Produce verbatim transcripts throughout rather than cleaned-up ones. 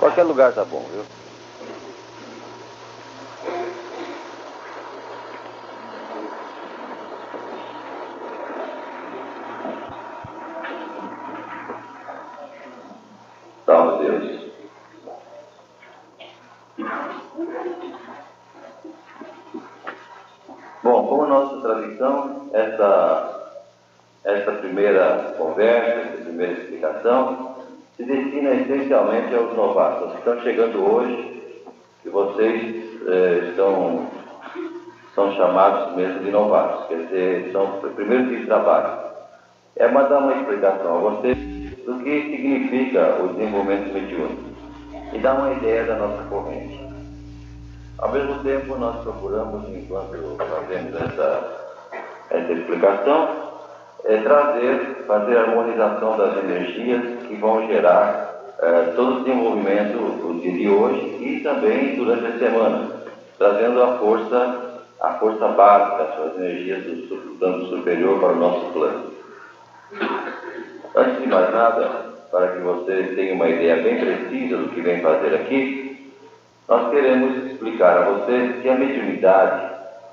Qualquer lugar tá bom, viu? Salve Deus. Bom, como nossa tradição, essa, essa primeira conversa, essa primeira explicação, se destina essencialmente aos novatos que estão chegando hoje, que vocês eh, estão, são chamados mesmo de novatos, quer dizer, são o primeiro tipo de trabalho. É uma, dar uma explicação a vocês do que significa o desenvolvimento mediúnico e dar uma ideia da nossa corrente. Ao mesmo tempo, nós procuramos, enquanto fazemos essa, essa explicação, é trazer, fazer a harmonização das energias que vão gerar é, todo o desenvolvimento do dia de hoje e também durante a semana, trazendo a força, a força básica, as energias do plano superior para o nosso plano. Antes de mais nada, para que vocês tenham uma ideia bem precisa do que vem fazer aqui, nós queremos explicar a vocês que a mediunidade,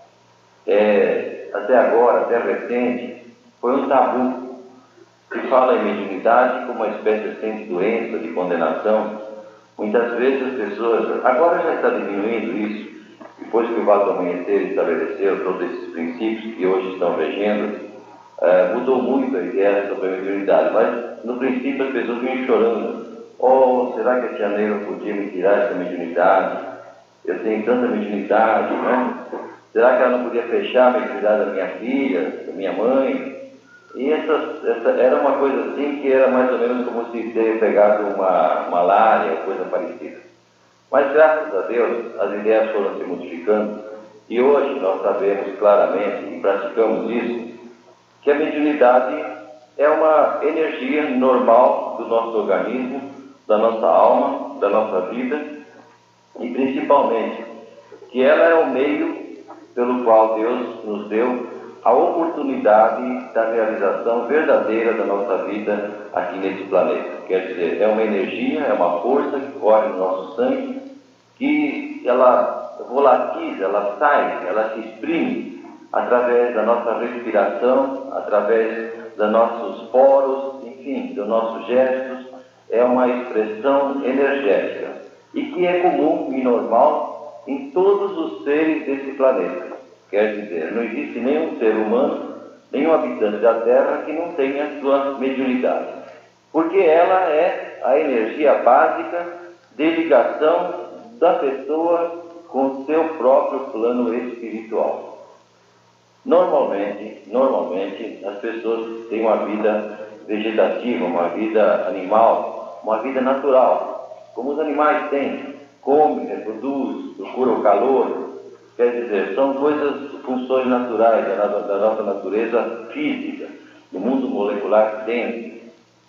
é, até agora, até recente, foi um tabu. Se fala em mediunidade como uma espécie assim, de doença, de condenação. Muitas vezes as pessoas, agora já está diminuindo isso, depois que o Vale do Amanhecer estabeleceu todos esses princípios que hoje estão regendo, é, mudou muito a ideia sobre a mediunidade, mas no princípio as pessoas vinham chorando. Oh, será que a tia Neira podia me tirar essa mediunidade? Eu tenho tanta mediunidade, né? Será que ela não podia fechar a mediunidade da minha filha, da minha mãe? E essa, essa era uma coisa assim que era mais ou menos como se ter pegado uma malária, coisa parecida. Mas graças a Deus as ideias foram se modificando e hoje nós sabemos claramente e praticamos isso, que a mediunidade é uma energia normal do nosso organismo, da nossa alma, da nossa vida, e principalmente que ela é o meio pelo qual Deus nos deu a oportunidade da realização verdadeira da nossa vida aqui nesse planeta. Quer dizer, é uma energia, é uma força que corre no nosso sangue, que ela volatiza, ela sai, ela se exprime através da nossa respiração, através dos nossos poros, enfim, dos nossos gestos. É uma expressão energética e que é comum e normal em todos os seres desse planeta. Quer dizer, não existe nenhum ser humano, nenhum habitante da Terra que não tenha sua mediunidade, porque ela é a energia básica de ligação da pessoa com o seu próprio plano espiritual. Normalmente, normalmente as pessoas têm uma vida vegetativa, uma vida animal, uma vida natural, como os animais têm, come, reproduz, procura o calor, quer dizer, são coisas, funções naturais da, da nossa natureza física, do mundo molecular que tem.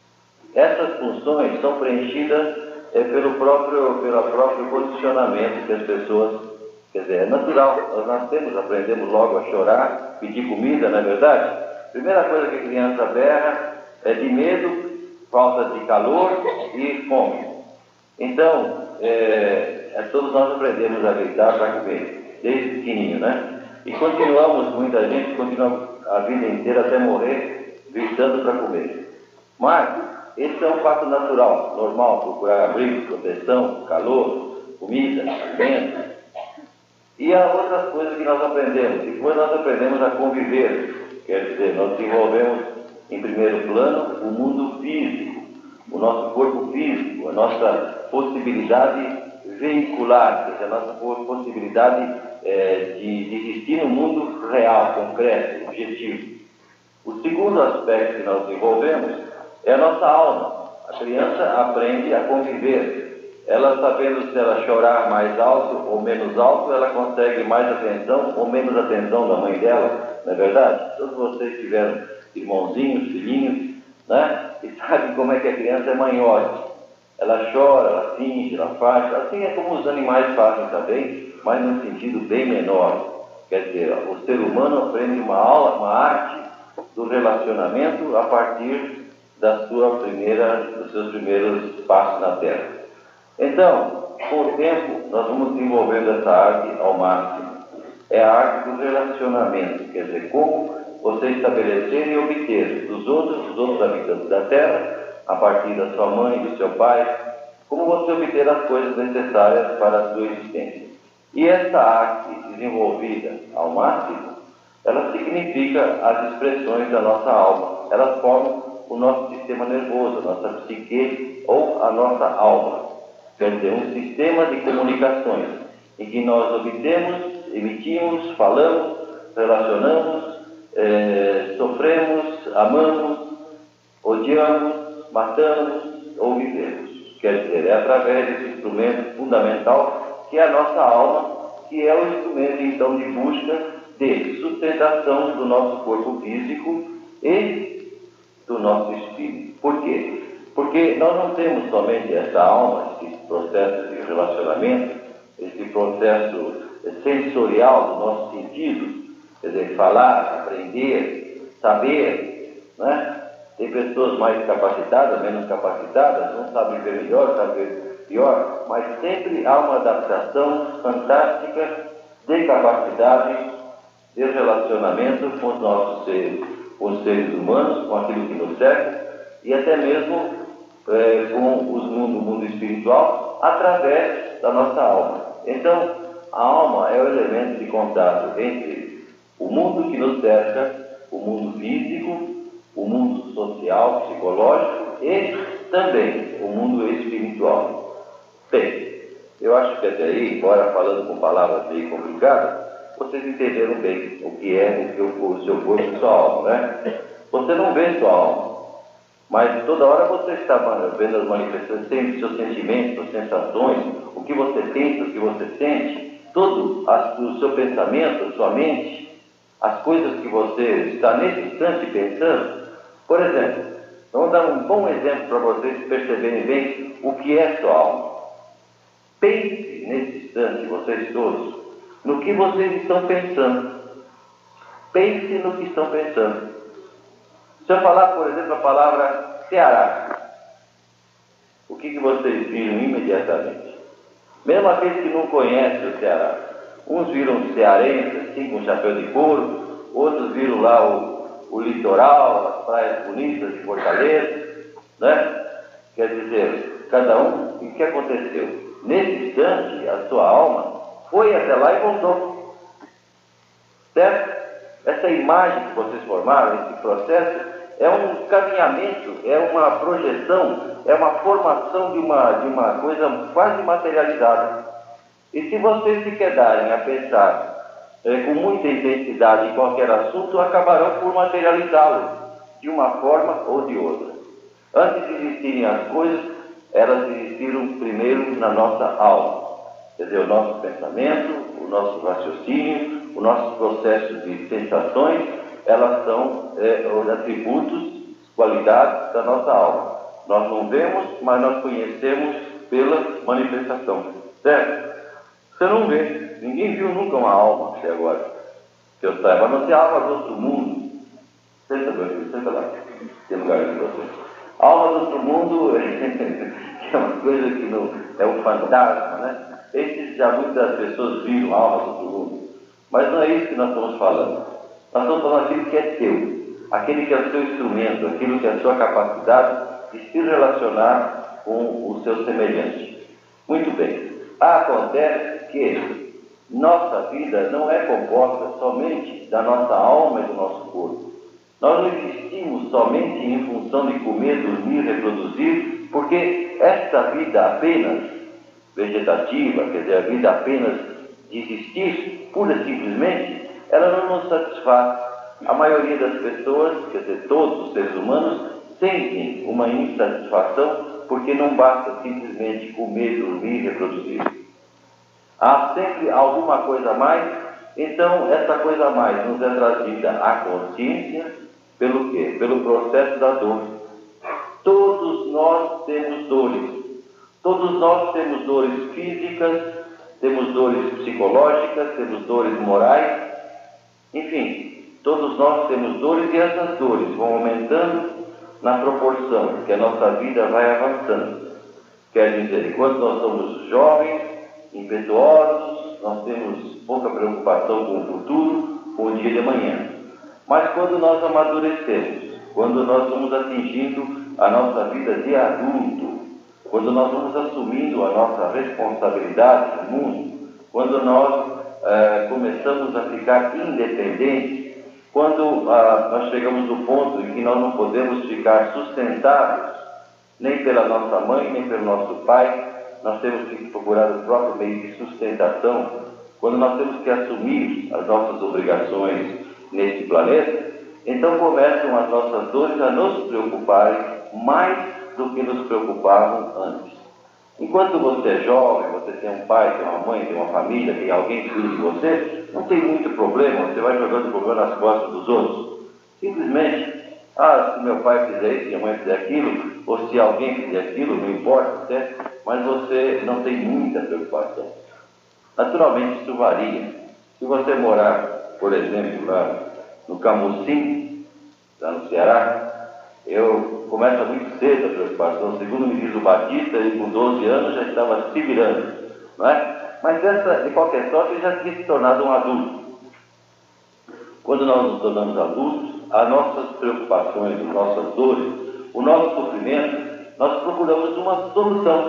Essas funções são preenchidas é, pelo, próprio, pelo próprio posicionamento que as pessoas, quer dizer, é natural, nós nascemos, aprendemos logo a chorar, pedir comida, não é verdade? A primeira coisa que a criança berra é de medo, falta de calor e fome. Então, é, é, todos nós aprendemos a gritar para comer, desde pequenininho, né? E continuamos, muita gente continua a vida inteira até morrer, gritando para comer. Mas, esse é um fato natural, normal, procurar abrigo, proteção, calor, comida, alimento. E há outras coisas que nós aprendemos. Depois nós aprendemos a conviver, quer dizer, nós desenvolvemos em primeiro plano o mundo físico, o nosso corpo físico, a nossa possibilidade veicular, quer dizer, a nossa possibilidade é, de, de existir no mundo real, concreto, objetivo. O segundo aspecto que nós desenvolvemos é a nossa alma. A criança aprende a conviver. Ela, sabendo se ela chorar mais alto ou menos alto, ela consegue mais atenção ou menos atenção da mãe dela, não é verdade? Todos vocês tiveram irmãozinhos, filhinhos, né? E sabem como é que a criança é manhosa. Ela chora, ela finge, ela faz. Assim é como os animais fazem também, mas num sentido bem menor. Quer dizer, o ser humano aprende uma aula, uma arte do relacionamento a partir da sua primeira, dos seus primeiros passos na Terra. Então, com o tempo, nós vamos desenvolvendo essa arte ao máximo. É a arte do relacionamento, quer dizer, como você estabelecer e obter dos outros, dos outros habitantes da Terra, a partir da sua mãe, do seu pai, como você obter as coisas necessárias para a sua existência. E essa arte desenvolvida ao máximo, ela significa as expressões da nossa alma. Elas formam o nosso sistema nervoso, a nossa psique ou a nossa alma. Quer dizer, um sistema de comunicações em que nós obtemos, emitimos, falamos, relacionamos, eh, sofremos, amamos, odiamos, matamos ou vivemos. Quer dizer, é através desse instrumento fundamental que é a nossa alma, que é o instrumento então de busca de sustentação do nosso corpo físico e do nosso espírito. Por quê? Porque nós não temos somente essa alma, esse processo de relacionamento, esse processo sensorial do nosso sentido, quer dizer, falar, aprender, saber, né? Tem pessoas mais capacitadas, menos capacitadas, um sabe ver melhor, outro sabe ver pior, mas sempre há uma adaptação fantástica de capacidade de relacionamento com os nossos seres, com os seres humanos, com aquilo que nos cerca, e até mesmo é, com os mundo, o mundo espiritual, através da nossa alma. Então, a alma é o elemento de contato entre o mundo que nos cerca, o mundo físico, o mundo social, psicológico e também o mundo espiritual. Bem, eu acho que até aí, embora falando com palavras meio complicadas, vocês entenderam bem o que é o, que o seu corpo e sua alma, né? Você não vê sua alma, mas toda hora você está vendo as manifestações, tem seus sentimentos, suas sensações, o que você pensa, o que você sente, todo as, o seu pensamento, a sua mente, as coisas que você está nesse instante pensando. Por exemplo, vamos dar um bom exemplo para vocês perceberem bem o que é sua alma. Pense nesse instante, vocês todos, no que vocês estão pensando. Pense no que estão pensando. Se eu falar, por exemplo, a palavra Ceará, o que, que vocês viram imediatamente? Mesmo aqueles que não conhecem o Ceará. Uns viram cearense, assim, com chapéu de couro, outros viram lá o, o litoral, as praias bonitas de Fortaleza, né? Quer dizer, cada um, o que aconteceu? Nesse instante, a sua alma foi até lá e voltou. Certo? Essa imagem que vocês formaram, esse processo, é um caminhamento, é uma projeção, é uma formação de uma, de uma coisa quase materializada. E se vocês se quedarem a pensar é, com muita intensidade em qualquer assunto, acabarão por materializá-lo de uma forma ou de outra. Antes de existirem as coisas, elas existiram primeiro na nossa alma. Quer dizer, o nosso pensamento, o nosso raciocínio, o nosso processo de sensações, elas são é, os atributos, qualidades da nossa alma. Nós não vemos, mas nós conhecemos pela manifestação. Certo? Você não vê. Ninguém viu nunca uma alma até agora. Que eu saiba, não tem alma do outro mundo. Senta, meu filho, senta lá. Tem lugar de você. A alma do outro mundo é uma coisa que não, é um fantasma, né? Esses já muitas pessoas viram a alma do outro mundo. Mas não é isso que nós estamos falando. Nós estamos falando aquilo que é teu. Aquele que é o seu instrumento, aquilo que é a sua capacidade de se relacionar com o seu semelhante. Muito bem. Acontece que nossa vida não é composta somente da nossa alma e do nosso corpo. Nós não existimos somente em função de comer, dormir, reproduzir, porque esta vida apenas vegetativa, quer dizer, a vida apenas de existir, pura e simplesmente, ela não nos satisfaz. A maioria das pessoas, quer dizer, todos os seres humanos, sentem uma insatisfação porque não basta simplesmente comer, dormir e reproduzir. Há sempre alguma coisa a mais, então essa coisa a mais nos é trazida à consciência pelo quê? Pelo processo da dor. Todos nós temos dores. Todos nós temos dores físicas, temos dores psicológicas, temos dores morais, enfim, todos nós temos dores e essas dores vão aumentando na proporção que a nossa vida vai avançando. Quer dizer, enquanto nós somos jovens, impetuosos, nós temos pouca preocupação com o futuro, com o dia de amanhã. Mas quando nós amadurecemos, quando nós vamos atingindo a nossa vida de adulto, quando nós vamos assumindo a nossa responsabilidade no mundo, quando nós eh, começamos a ficar independentes, quando ah, nós chegamos no ponto em que nós não podemos ficar sustentados nem pela nossa mãe, nem pelo nosso pai, nós temos que procurar o próprio meio de sustentação, quando nós temos que assumir as nossas obrigações neste planeta, então começam as nossas dores a nos preocuparem mais do que nos preocupavam antes. Enquanto você é jovem, você tem um pai, tem uma mãe, tem uma família, tem alguém que cuida de você, não tem muito problema, você vai jogando o problema nas costas dos outros. Simplesmente, ah, se meu pai fizer isso, se minha mãe fizer aquilo, ou se alguém fizer aquilo, não importa até, mas você não tem muita preocupação. Naturalmente, isso varia. Se você morar, por exemplo, lá no Camusim, lá no Ceará, eu começo muito cedo a preocupação. Segundo me diz o Batista, ele com doze anos já estava se virando, não é? Mas essa, de qualquer sorte, ele já tinha se tornado um adulto. Quando nós nos tornamos adultos, as nossas preocupações, as nossas dores, o nosso sofrimento, nós procuramos uma solução.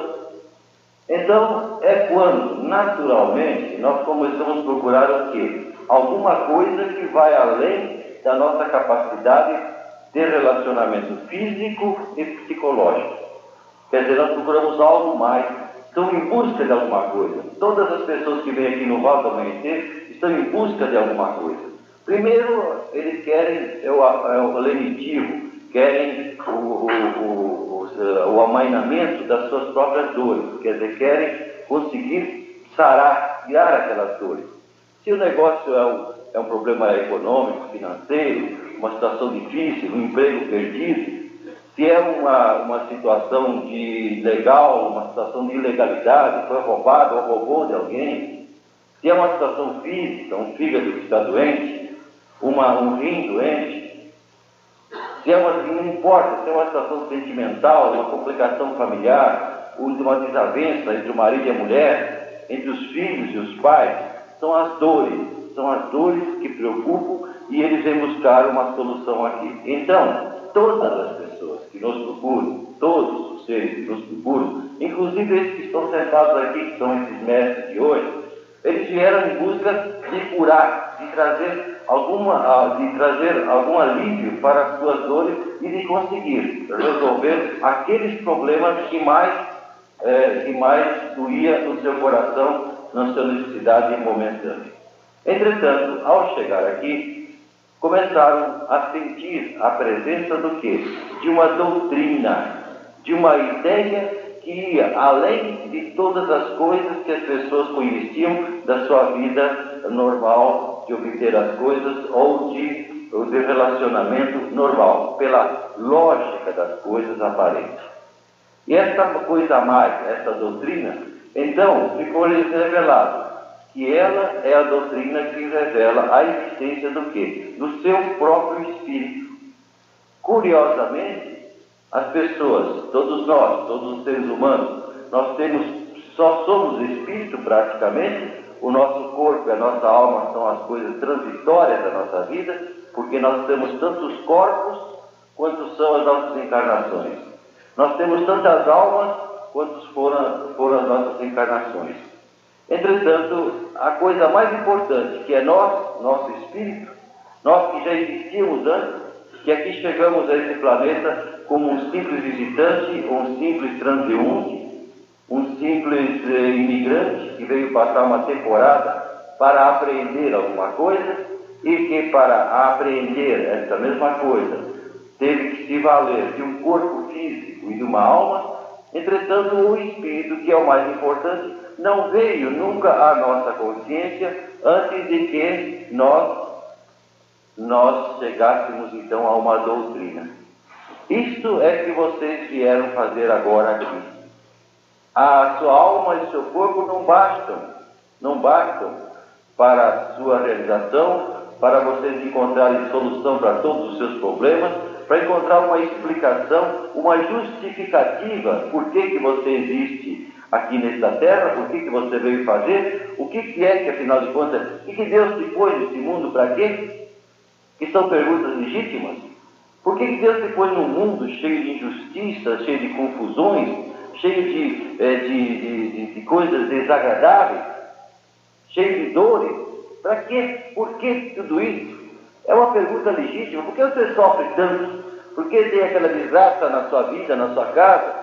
Então, é quando, naturalmente, nós começamos a procurar o quê? Alguma coisa que vai além da nossa capacidade de relacionamento físico e psicológico. Quer dizer, nós procuramos algo mais, estão em busca de alguma coisa. Todas as pessoas que vêm aqui no Vale do Amanhecer estão em busca de alguma coisa. Primeiro, eles querem é o, é o lenitivo, querem o, o, o, o, o amainamento das suas próprias dores, quer dizer, querem conseguir sarar, tirar aquelas dores. Se o negócio é um, é um problema econômico, financeiro, uma situação difícil, um emprego perdido, se é uma, uma situação de legal, uma situação de ilegalidade, foi roubado ou roubou de alguém, se é uma situação física, um fígado que está doente, uma, um rim doente, se é uma, não importa, se é uma situação sentimental, uma complicação familiar, uma desavença entre o marido e a mulher, entre os filhos e os pais, são as dores, são as dores que preocupam e eles vêm buscar uma solução aqui. Então, todas as pessoas que nos procuram, todos os seres que nos procuram, inclusive esses que estão sentados aqui, que são esses mestres de hoje, eles vieram em busca de curar, de trazer, alguma, de trazer algum alívio para as suas dores e de conseguir resolver aqueles problemas que mais, é, que mais doía no seu coração, na sua necessidade momentânea. Entretanto, ao chegar aqui, começaram a sentir a presença do quê? De uma doutrina, de uma ideia que ia além de todas as coisas que as pessoas conheciam da sua vida normal, de obter as coisas ou de, ou de relacionamento normal, pela lógica das coisas aparentes. E essa coisa a mais, essa doutrina, então ficou-lhes revelado que ela é a doutrina que revela a existência do quê? Do seu próprio espírito. Curiosamente, as pessoas, todos nós, todos os seres humanos, nós temos, só somos espírito praticamente, o nosso corpo e a nossa alma são as coisas transitórias da nossa vida, porque nós temos tantos corpos quanto são as nossas encarnações. Nós temos tantas almas quantas foram, foram as nossas encarnações. Entretanto, a coisa mais importante, que é nós, nosso espírito, nós que já existíamos antes, que aqui chegamos a esse planeta como um simples visitante, um simples transeunte, um simples eh, imigrante que veio passar uma temporada para aprender alguma coisa e que para aprender essa mesma coisa teve que se valer de um corpo físico e de uma alma. Entretanto, o espírito, que é o mais importante, não veio nunca à nossa consciência antes de que nós nós chegássemos então a uma doutrina. Isto é que vocês vieram fazer agora aqui. A sua alma e o seu corpo não bastam, não bastam para a sua realização, para vocês encontrarem solução para todos os seus problemas, para encontrar uma explicação, uma justificativa, por que que você existe aqui nesta terra, por que que você veio fazer, o que que é que, afinal de contas, o que que Deus te pôs nesse mundo, para quê? Que são perguntas legítimas. Por que que Deus te pôs num mundo cheio de injustiças, cheio de confusões, cheio de, é, de, de, de coisas desagradáveis, cheio de dores? Para quê? Por que tudo isso? É uma pergunta legítima. Por que você sofre tanto? Por que tem aquela desgraça na sua vida, na sua casa?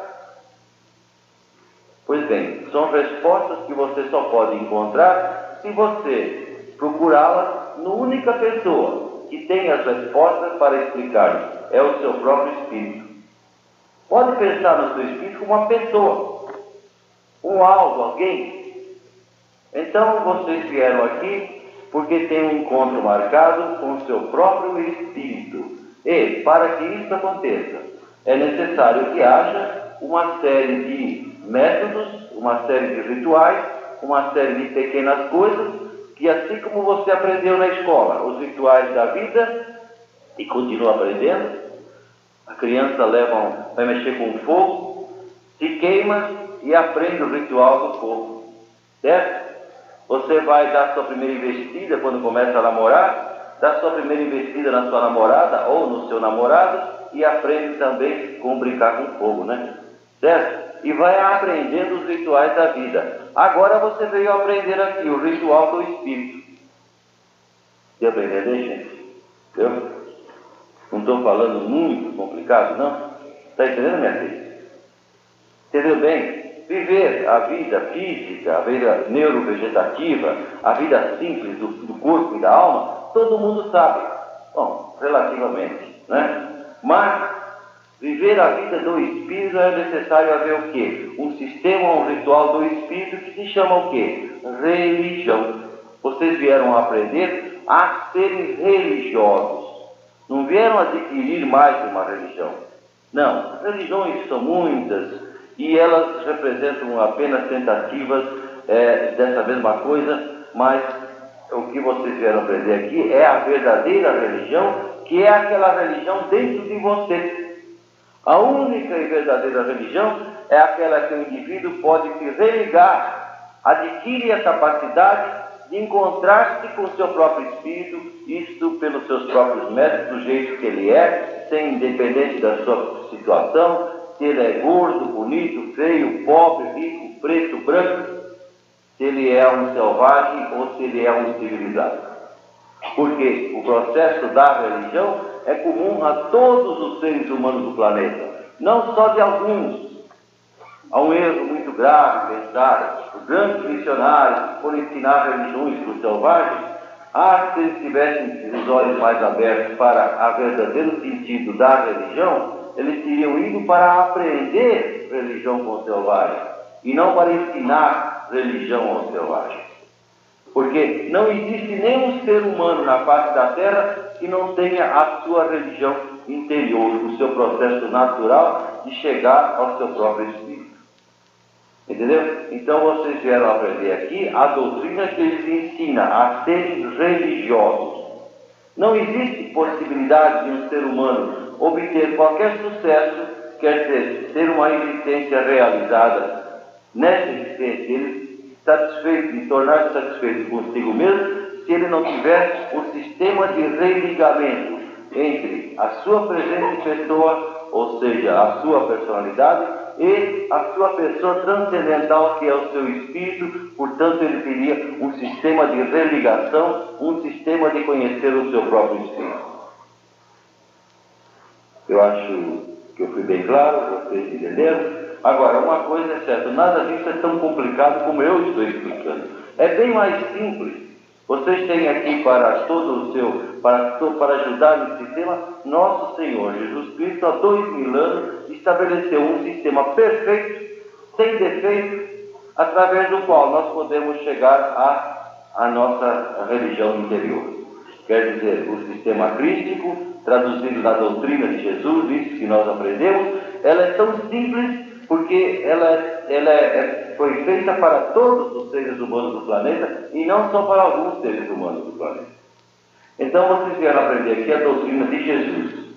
Pois bem, são respostas que você só pode encontrar se você procurá-las na única pessoa que tem as respostas para explicar. É o seu próprio espírito. Pode pensar no seu espírito como uma pessoa, um algo, alguém. Então vocês vieram aqui porque tem um encontro marcado com o seu próprio espírito. E, para que isso aconteça, é necessário que haja uma série de métodos, uma série de rituais, uma série de pequenas coisas, que assim como você aprendeu na escola, os rituais da vida, e continua aprendendo, a criança leva um, vai mexer com o fogo, se queima e aprende o ritual do fogo, certo? Você vai dar sua primeira investida quando começa a namorar, dá sua primeira investida na sua namorada ou no seu namorado e aprende também como brincar com fogo, né? Certo? E vai aprendendo os rituais da vida. Agora você veio aprender aqui o ritual do Espírito. Deu para entender, gente? Deu? Não estou falando muito complicado, não? Está entendendo, minha filha? Entendeu bem? Viver a vida física, a vida neurovegetativa, a vida simples do, do corpo e da alma, todo mundo sabe. Bom, relativamente, né? Mas viver a vida do Espírito é necessário haver o quê? Um sistema, um ritual do Espírito que se chama o quê? Religião. Vocês vieram aprender a serem religiosos. Não vieram adquirir mais uma religião. Não, religiões são muitas e elas representam apenas tentativas é, dessa mesma coisa, mas o que vocês vieram aprender aqui é a verdadeira religião, que é aquela religião dentro de você. A única e verdadeira religião é aquela que o indivíduo pode se religar, adquire a capacidade de encontrar-se com o seu próprio espírito, isto pelos seus próprios métodos, do jeito que ele é, sem independente da sua situação, se ele é gordo, bonito, feio, pobre, rico, preto, branco, se ele é um selvagem ou se ele é um civilizado. Porque o processo da religião é comum a todos os seres humanos do planeta, não só de alguns. Há um erro muito grave pensar os grandes missionários que foram ensinar religiões para os selvagens, ah, se eles tivessem os olhos mais abertos para o verdadeiro sentido da religião, eles teriam ido para aprender religião com os selvagens e não para ensinar religião aos selvagens. Porque não existe nenhum ser humano na face da terra que não tenha a sua religião interior, o seu processo natural de chegar ao seu próprio espírito. Entendeu? Então vocês vieram aprender aqui a doutrina que eles ensina a serem religiosos. Não existe possibilidade de um ser humano obter qualquer sucesso, quer dizer, ter uma existência realizada nessa existência, ele satisfeito, de tornar-se satisfeito consigo mesmo, se ele não tiver um sistema de religamento entre a sua presente pessoa, ou seja, a sua personalidade, e a sua pessoa transcendental, que é o seu espírito. Portanto, ele teria um sistema de religação, um sistema de conhecer o seu próprio espírito. Eu acho que eu fui bem claro, vocês entenderam? Agora, uma coisa é certa, nada disso é tão complicado como eu estou explicando. É bem mais simples. Vocês têm aqui para todo o seu, para, para ajudar no sistema, nosso Senhor Jesus Cristo, há dois mil anos, estabeleceu um sistema perfeito, sem defeito, através do qual nós podemos chegar à, à nossa religião interior. Quer dizer, o sistema crístico, traduzido na doutrina de Jesus, isso que nós aprendemos, ela é tão simples porque ela, ela é, foi feita para todos os seres humanos do planeta e não só para alguns seres humanos do planeta. Então vocês vieram aprender aqui a doutrina de Jesus, que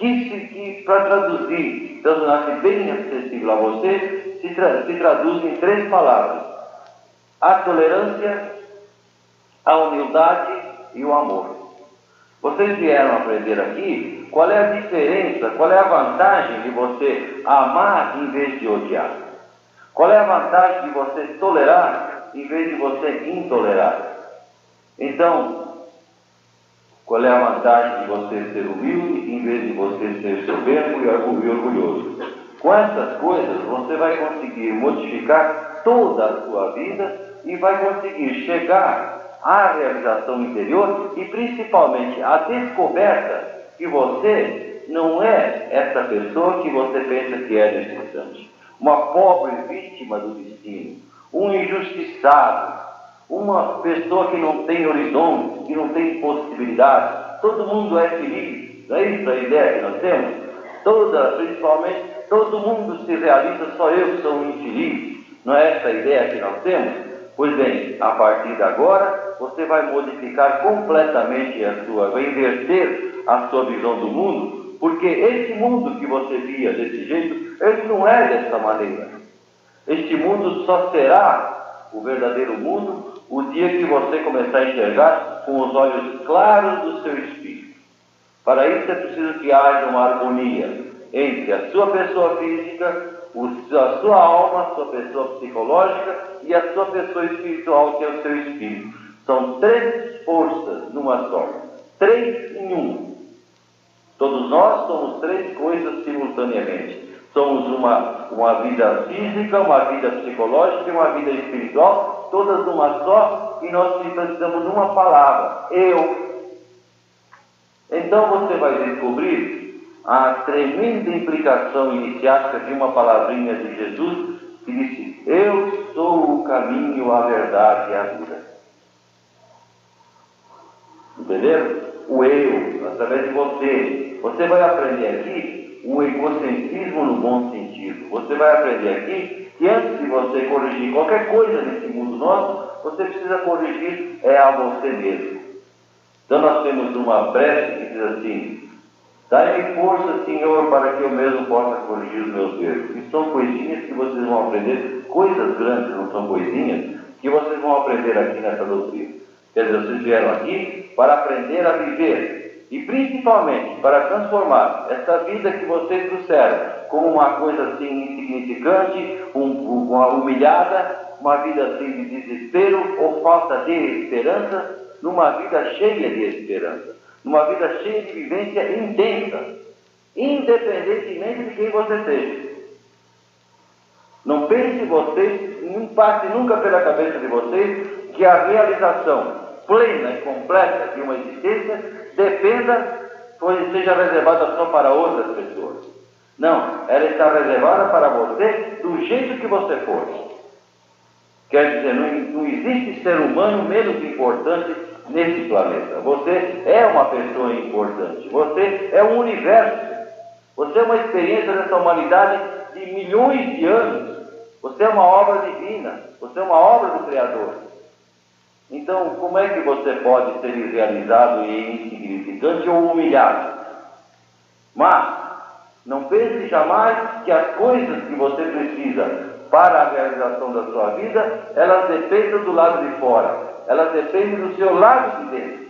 que, se, que para traduzir, tornar-se bem acessível a você, se, tra se traduz em três palavras: a tolerância, a humildade e o amor. Vocês vieram aprender aqui qual é a diferença, qual é a vantagem de você amar em vez de odiar. Qual é a vantagem de você tolerar em vez de você intolerar. Então, qual é a vantagem de você ser humilde em vez de você ser soberbo e orgulhoso? Com essas coisas, você vai conseguir modificar toda a sua vida e vai conseguir chegar à realização interior e principalmente à descoberta que você não é essa pessoa que você pensa que é nesse instante. Uma pobre vítima do destino, um injustiçado, uma pessoa que não tem horizonte, que não tem possibilidade. Todo mundo é feliz, não é isso a ideia que nós temos? Toda, principalmente, todo mundo se realiza, só eu que sou um infeliz. Não é essa a ideia que nós temos? Pois bem, a partir de agora, você vai modificar completamente a sua, vai inverter a sua visão do mundo, porque esse mundo que você via desse jeito, ele não é dessa maneira. Este mundo só será o verdadeiro mundo o dia que você começar a enxergar com os olhos claros do seu espírito. Para isso é preciso que haja uma harmonia entre a sua pessoa física, a sua alma, a sua pessoa psicológica e a sua pessoa espiritual, que é o seu espírito. São três forças numa só, três em um. Todos nós somos três coisas simultaneamente. Somos uma, uma vida física, uma vida psicológica e uma vida espiritual, todas numa só, e nós precisamos de uma palavra: eu. Então você vai descobrir a tremenda implicação iniciática de uma palavrinha de Jesus que disse: eu sou o caminho, a verdade e a vida. Entenderam? O eu, através de você. Você vai aprender aqui o egocentrismo no bom sentido. Você vai aprender aqui que antes de você corrigir qualquer coisa nesse mundo nosso, você precisa corrigir é a você mesmo. Então nós temos uma prece que diz assim: dai-me força, Senhor, para que eu mesmo possa corrigir os meus erros. E são coisinhas que vocês vão aprender, coisas grandes, não são coisinhas, que vocês vão aprender aqui nessa doutrina. Quer dizer, vocês vieram aqui para aprender a viver e principalmente para transformar essa vida que vocês trouxeram como uma coisa assim insignificante, um, uma humilhada, uma vida assim de desespero ou falta de esperança, numa vida cheia de esperança, numa vida cheia de vivência intensa, independentemente de quem você seja. Não pense vocês, não passe nunca pela cabeça de vocês que a realização plena e completa de uma existência dependa, pois seja reservada só para outras pessoas. Não, ela está reservada para você do jeito que você for. Quer dizer, não, não existe ser humano menos importante nesse planeta. Você é uma pessoa importante. Você é um universo. Você é uma experiência dessa humanidade de milhões de anos. Você é uma obra divina. Você é uma obra do Criador. Então, como é que você pode ser irrealizado e insignificante ou humilhado? Mas, não pense jamais que as coisas que você precisa para a realização da sua vida, elas dependem do lado de fora. Elas dependem do seu lado de dentro.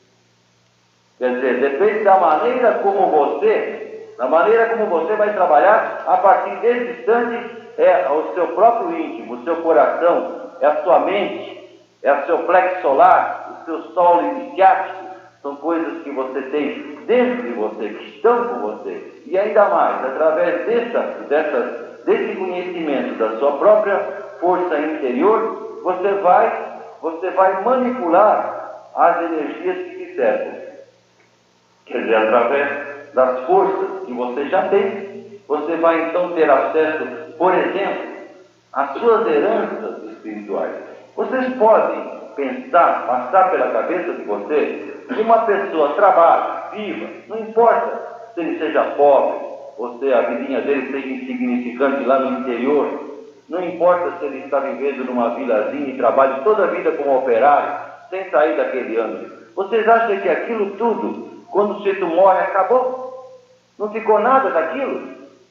Quer dizer, depende da maneira como você, da maneira como você vai trabalhar a partir desse instante, é o seu próprio íntimo, o seu coração, é a sua mente, é o seu plexo solar, o seu solo iniciático. São coisas que você tem dentro de você, que estão com você. E ainda mais, através dessa, dessa, desse conhecimento da sua própria força interior, você vai, você vai manipular as energias que te cercam. Quer dizer, através das forças que você já tem, você vai então ter acesso, por exemplo, às suas heranças espirituais. Vocês podem pensar, passar pela cabeça de você, que uma pessoa trabalha, viva, não importa se ele seja pobre, ou se a vidinha dele seja insignificante lá no interior, não importa se ele está vivendo numa vilazinha e trabalha toda a vida como operário, sem sair daquele âmbito. Vocês acham que aquilo tudo, quando o sujeito morre, acabou? Não ficou nada daquilo?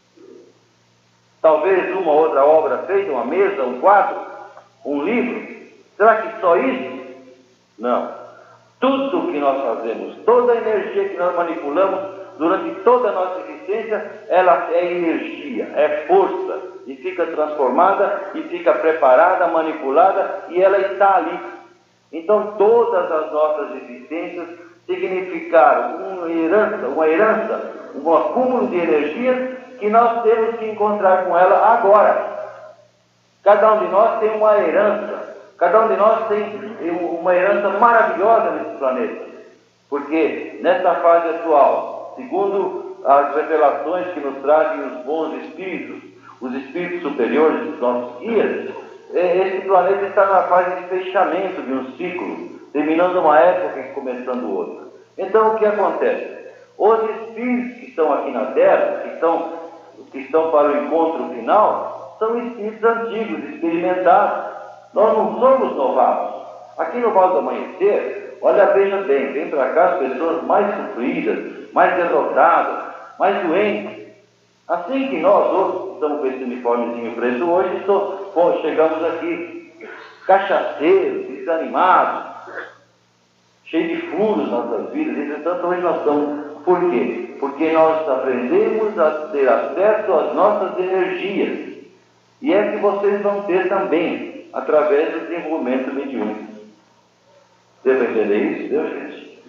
Talvez uma outra obra feita, uma mesa, um quadro, um livro. Será que só isso? Não. Tudo que nós fazemos, toda a energia que nós manipulamos durante toda a nossa existência, ela é energia, é força, e fica transformada, e fica preparada, manipulada, e ela está ali. Então todas as nossas existências significaram uma herança, uma herança, um acúmulo de energia que nós temos que encontrar com ela agora. Cada um de nós tem uma herança, cada um de nós tem uma herança maravilhosa nesse planeta, porque nessa fase atual, segundo as revelações que nos trazem os bons espíritos, os espíritos superiores, os nossos guias, esse planeta está na fase de fechamento de um ciclo, terminando uma época e começando outra. Então o que acontece? Os espíritos que estão aqui na Terra, que estão, que estão para o encontro final, são espíritos antigos, experimentados. Nós não somos novatos. Aqui no Vale do Amanhecer, olha, veja bem, vem para cá as pessoas mais sofridas, mais derrotadas, mais doentes. Assim que nós outros estamos com esse uniformezinho preto hoje, só, bom, chegamos aqui cachaceiros, desanimados, cheios de furos nas nossas vidas. Entretanto, hoje nós estamos. Por quê? Porque nós aprendemos a ter acesso às nossas energias. E é que vocês vão ter também, através do desenvolvimento mediúnico. Você vai entender isso, Deus, gente?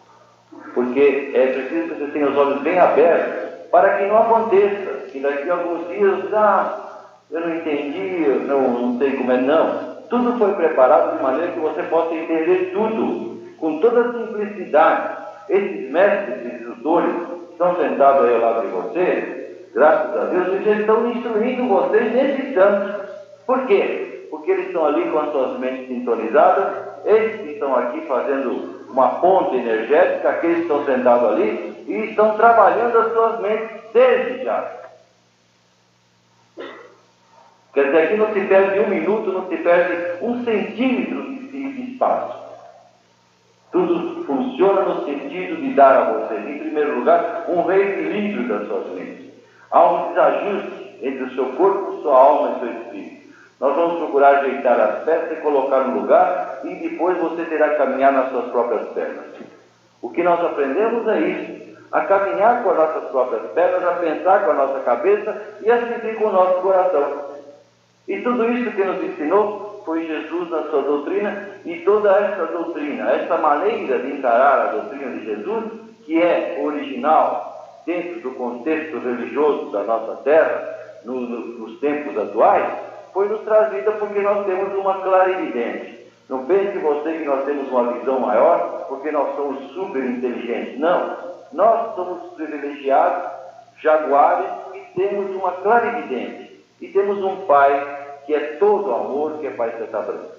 Porque é preciso que você tenha os olhos bem abertos para que não aconteça, que daqui a alguns dias, ah, eu não entendi, eu não, não sei como é, não. Tudo foi preparado de maneira que você possa entender tudo, com toda a simplicidade. Esses mestres, esses instrutores, que estão sentados aí ao lado de você, graças a Deus, eles já estão instruindo vocês nesse instante. Por quê? Porque eles estão ali com as suas mentes sintonizadas, eles que estão aqui fazendo uma ponte energética, aqueles que estão sentados ali, e estão trabalhando as suas mentes desde já. Quer dizer, aqui não se perde um minuto, não se perde um centímetro de espaço. Tudo funciona no sentido de dar a vocês, em primeiro lugar, um reequilíbrio das suas mentes. Há um desajuste entre o seu corpo, sua alma e seu espírito. Nós vamos procurar ajeitar as peças e colocar no lugar, e depois você terá que caminhar nas suas próprias pernas. O que nós aprendemos é isso, a caminhar com as nossas próprias pernas, a pensar com a nossa cabeça e a sentir com o nosso coração. E tudo isso que nos ensinou foi Jesus na sua doutrina, e toda essa doutrina, essa maneira de encarar a doutrina de Jesus, que é original dentro do contexto religioso da nossa terra, no, no, nos tempos atuais, foi nos trazida porque nós temos uma clarividência. Não pense você que nós temos uma visão maior porque nós somos super inteligentes. Não, nós somos privilegiados, jaguares, e temos uma clarividência. E temos um Pai que é todo amor, que é Pai Seta Branca.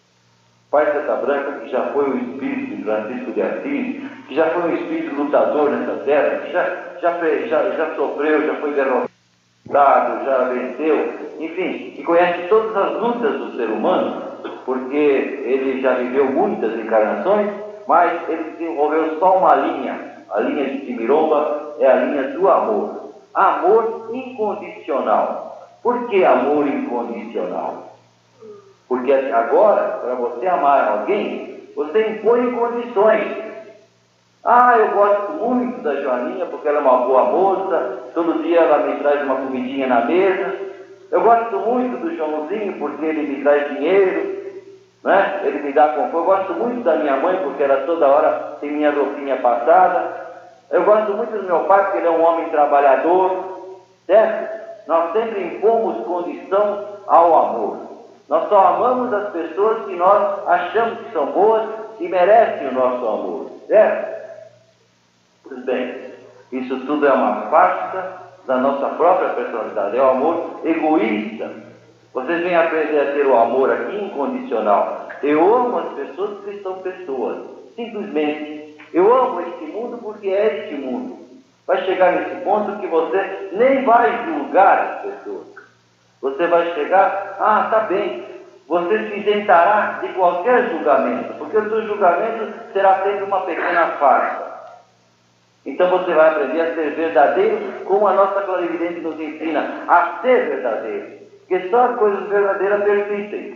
Pai Seta Branca, que já foi o espírito de Francisco de Assis, que já foi um espírito lutador nessa terra, que já, já, fez, já, já sofreu, já foi derrotado, já venceu, enfim, que conhece todas as lutas do ser humano, porque ele já viveu muitas encarnações, mas ele desenvolveu só uma linha. A linha de Timiromba é a linha do amor. Amor incondicional. Por que amor incondicional? Porque agora, para você amar alguém, você impõe condições. Ah, eu gosto muito da Joaninha porque ela é uma boa moça, todo dia ela me traz uma comidinha na mesa. Eu gosto muito do Joãozinho porque ele me traz dinheiro, né? Ele me dá conforto. Eu gosto muito da minha mãe porque ela toda hora tem minha roupinha passada. Eu gosto muito do meu pai porque ele é um homem trabalhador, certo? Nós sempre impomos condição ao amor. Nós só amamos as pessoas que nós achamos que são boas e merecem o nosso amor, certo? Pois bem, isso tudo é uma farsa da nossa própria personalidade, é o amor egoísta. Vocês vêm aprender a ter o amor aqui incondicional. Eu amo as pessoas porque são pessoas, simplesmente. Eu amo este mundo porque é este mundo. Vai chegar nesse ponto que você nem vai julgar as pessoas. Você vai chegar, ah, tá bem, você se isentará de qualquer julgamento, porque o seu julgamento será sempre uma pequena farsa. Então você vai aprender a ser verdadeiro, como a nossa clarividente nos ensina a ser verdadeiro. Porque só as coisas verdadeiras persistem.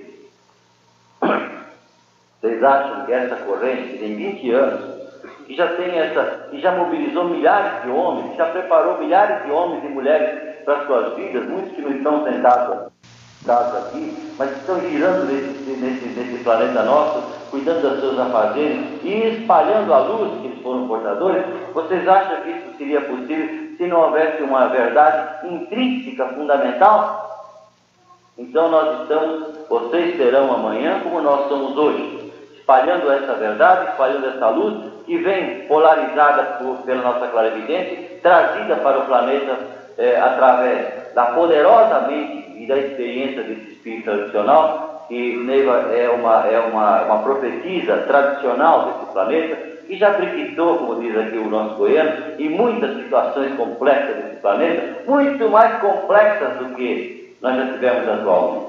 Vocês acham que essa corrente, que tem vinte anos, que já tem essa, que já mobilizou milhares de homens, que já preparou milhares de homens e mulheres para as suas vidas, muitos que não estão sentados aqui, mas que estão girando nesse, nesse, nesse planeta nosso, cuidando dos seus afazeres e espalhando a luz que eles foram portadores, vocês acham que isso seria possível se não houvesse uma verdade intrínseca, fundamental? Então nós estamos, vocês serão amanhã como nós somos hoje, espalhando essa verdade, espalhando essa luz que vem polarizada por, pela nossa clarividência, trazida para o planeta é, através da poderosa mente e da experiência desse espírito tradicional, que Neiva é uma, é uma, uma profetisa tradicional desse planeta, que já prequisou, como diz aqui o nosso goiano, em muitas situações complexas desse planeta, muito mais complexas do que nós já tivemos atualmente.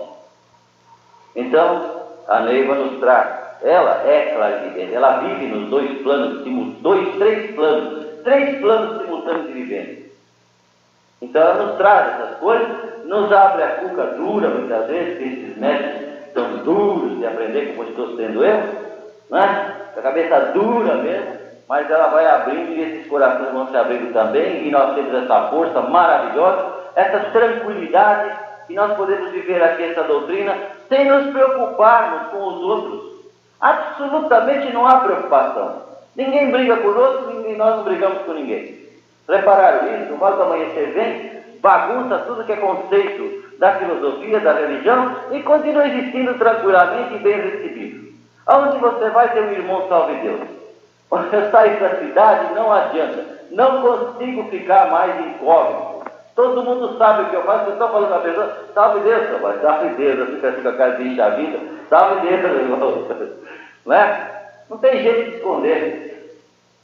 Então, a Neiva nos traz. Ela é clarividente, ela vive nos dois planos, dois, três planos, três planos simultâneos de vivência. Então ela nos traz essas coisas, nos abre a cuca dura, muitas vezes, que esses médicos são duros de aprender, como estou sendo eu, né? A cabeça dura mesmo, mas ela vai abrindo e esses corações vão se abrindo também, e nós temos essa força maravilhosa, essa tranquilidade, que nós podemos viver aqui essa doutrina sem nos preocuparmos com os outros. Absolutamente não há preocupação. Ninguém briga com os outros, ninguém, nós não brigamos com ninguém. Repararam isso? O Vale do Amanhecer vem, bagunça tudo que é conceito da filosofia, da religião, e continua existindo tranquilamente e bem recebido. Aonde você vai ter um irmão salve Deus? Quando eu saio da cidade, não adianta. Não consigo ficar mais incógnito. Todo mundo sabe o que eu faço. Eu estou falando a pessoa, salve Deus, seu pai, salve Deus. Eu fico assim com a cara de a vida, salve Deus, irmão. Né? Não tem jeito de esconder.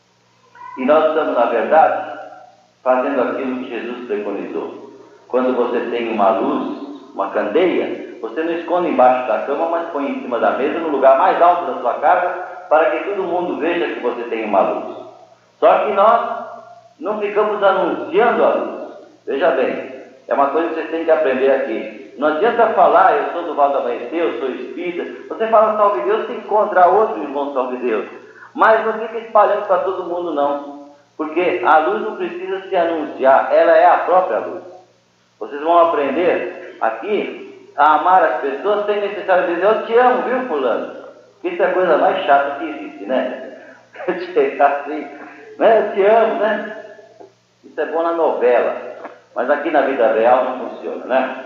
E nós estamos, na verdade, fazendo aquilo que Jesus preconizou. Quando você tem uma luz, uma candeia, você não esconde embaixo da cama, mas põe em cima da mesa, no lugar mais alto da sua casa, para que todo mundo veja que você tem uma luz. Só que nós não ficamos anunciando a luz. Veja bem, é uma coisa que vocês têm que aprender aqui. Não adianta falar, eu sou do Vale do Amanhecer, eu sou espírita. Você fala salve Deus, você encontra outro irmão salve Deus. Mas não fica espalhando para todo mundo, não. Porque a luz não precisa se anunciar, ela é a própria luz. Vocês vão aprender aqui a amar as pessoas sem necessário dizer, eu te amo, viu, fulano? Isso é a coisa mais chata que existe, né? Chegar assim, né? Eu te amo, né? Isso é bom na novela. Mas aqui na vida real não funciona, né?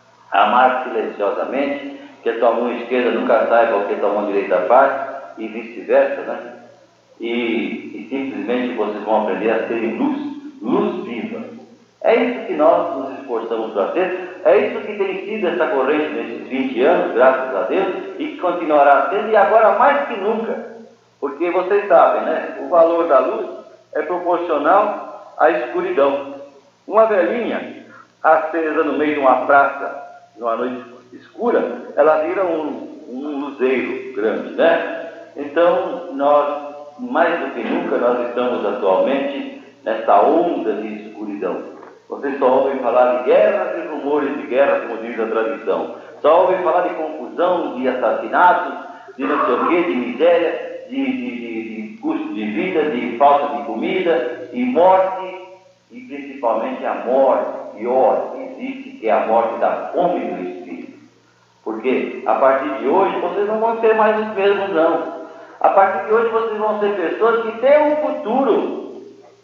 Amar silenciosamente, que a tua mão esquerda nunca saiba o que a tua mão direita faz, e vice-versa, né? E, e simplesmente vocês vão aprender a serem luz, luz viva. É isso que nós nos esforçamos para ser, é isso que tem sido essa corrente nesses vinte anos, graças a Deus, e que continuará sendo, e agora mais que nunca. Porque vocês sabem, né? O valor da luz é proporcional à escuridão. Uma velhinha acesa no meio de uma praça, numa noite escura, ela vira um, um luzeiro grande, né? Então, nós, mais do que nunca, nós estamos atualmente nessa onda de escuridão. Vocês só ouvem falar de guerras e rumores de guerra, como diz a tradição. Só ouvem falar de confusão, de assassinatos, de não sei o quê, de miséria, de, de, de, de custo de vida, de falta de comida, e morte. E principalmente a morte pior que existe, que é a morte da fome do espírito. Porque a partir de hoje vocês não vão ser mais os mesmos, não. A partir de hoje vocês vão ser pessoas que têm um futuro,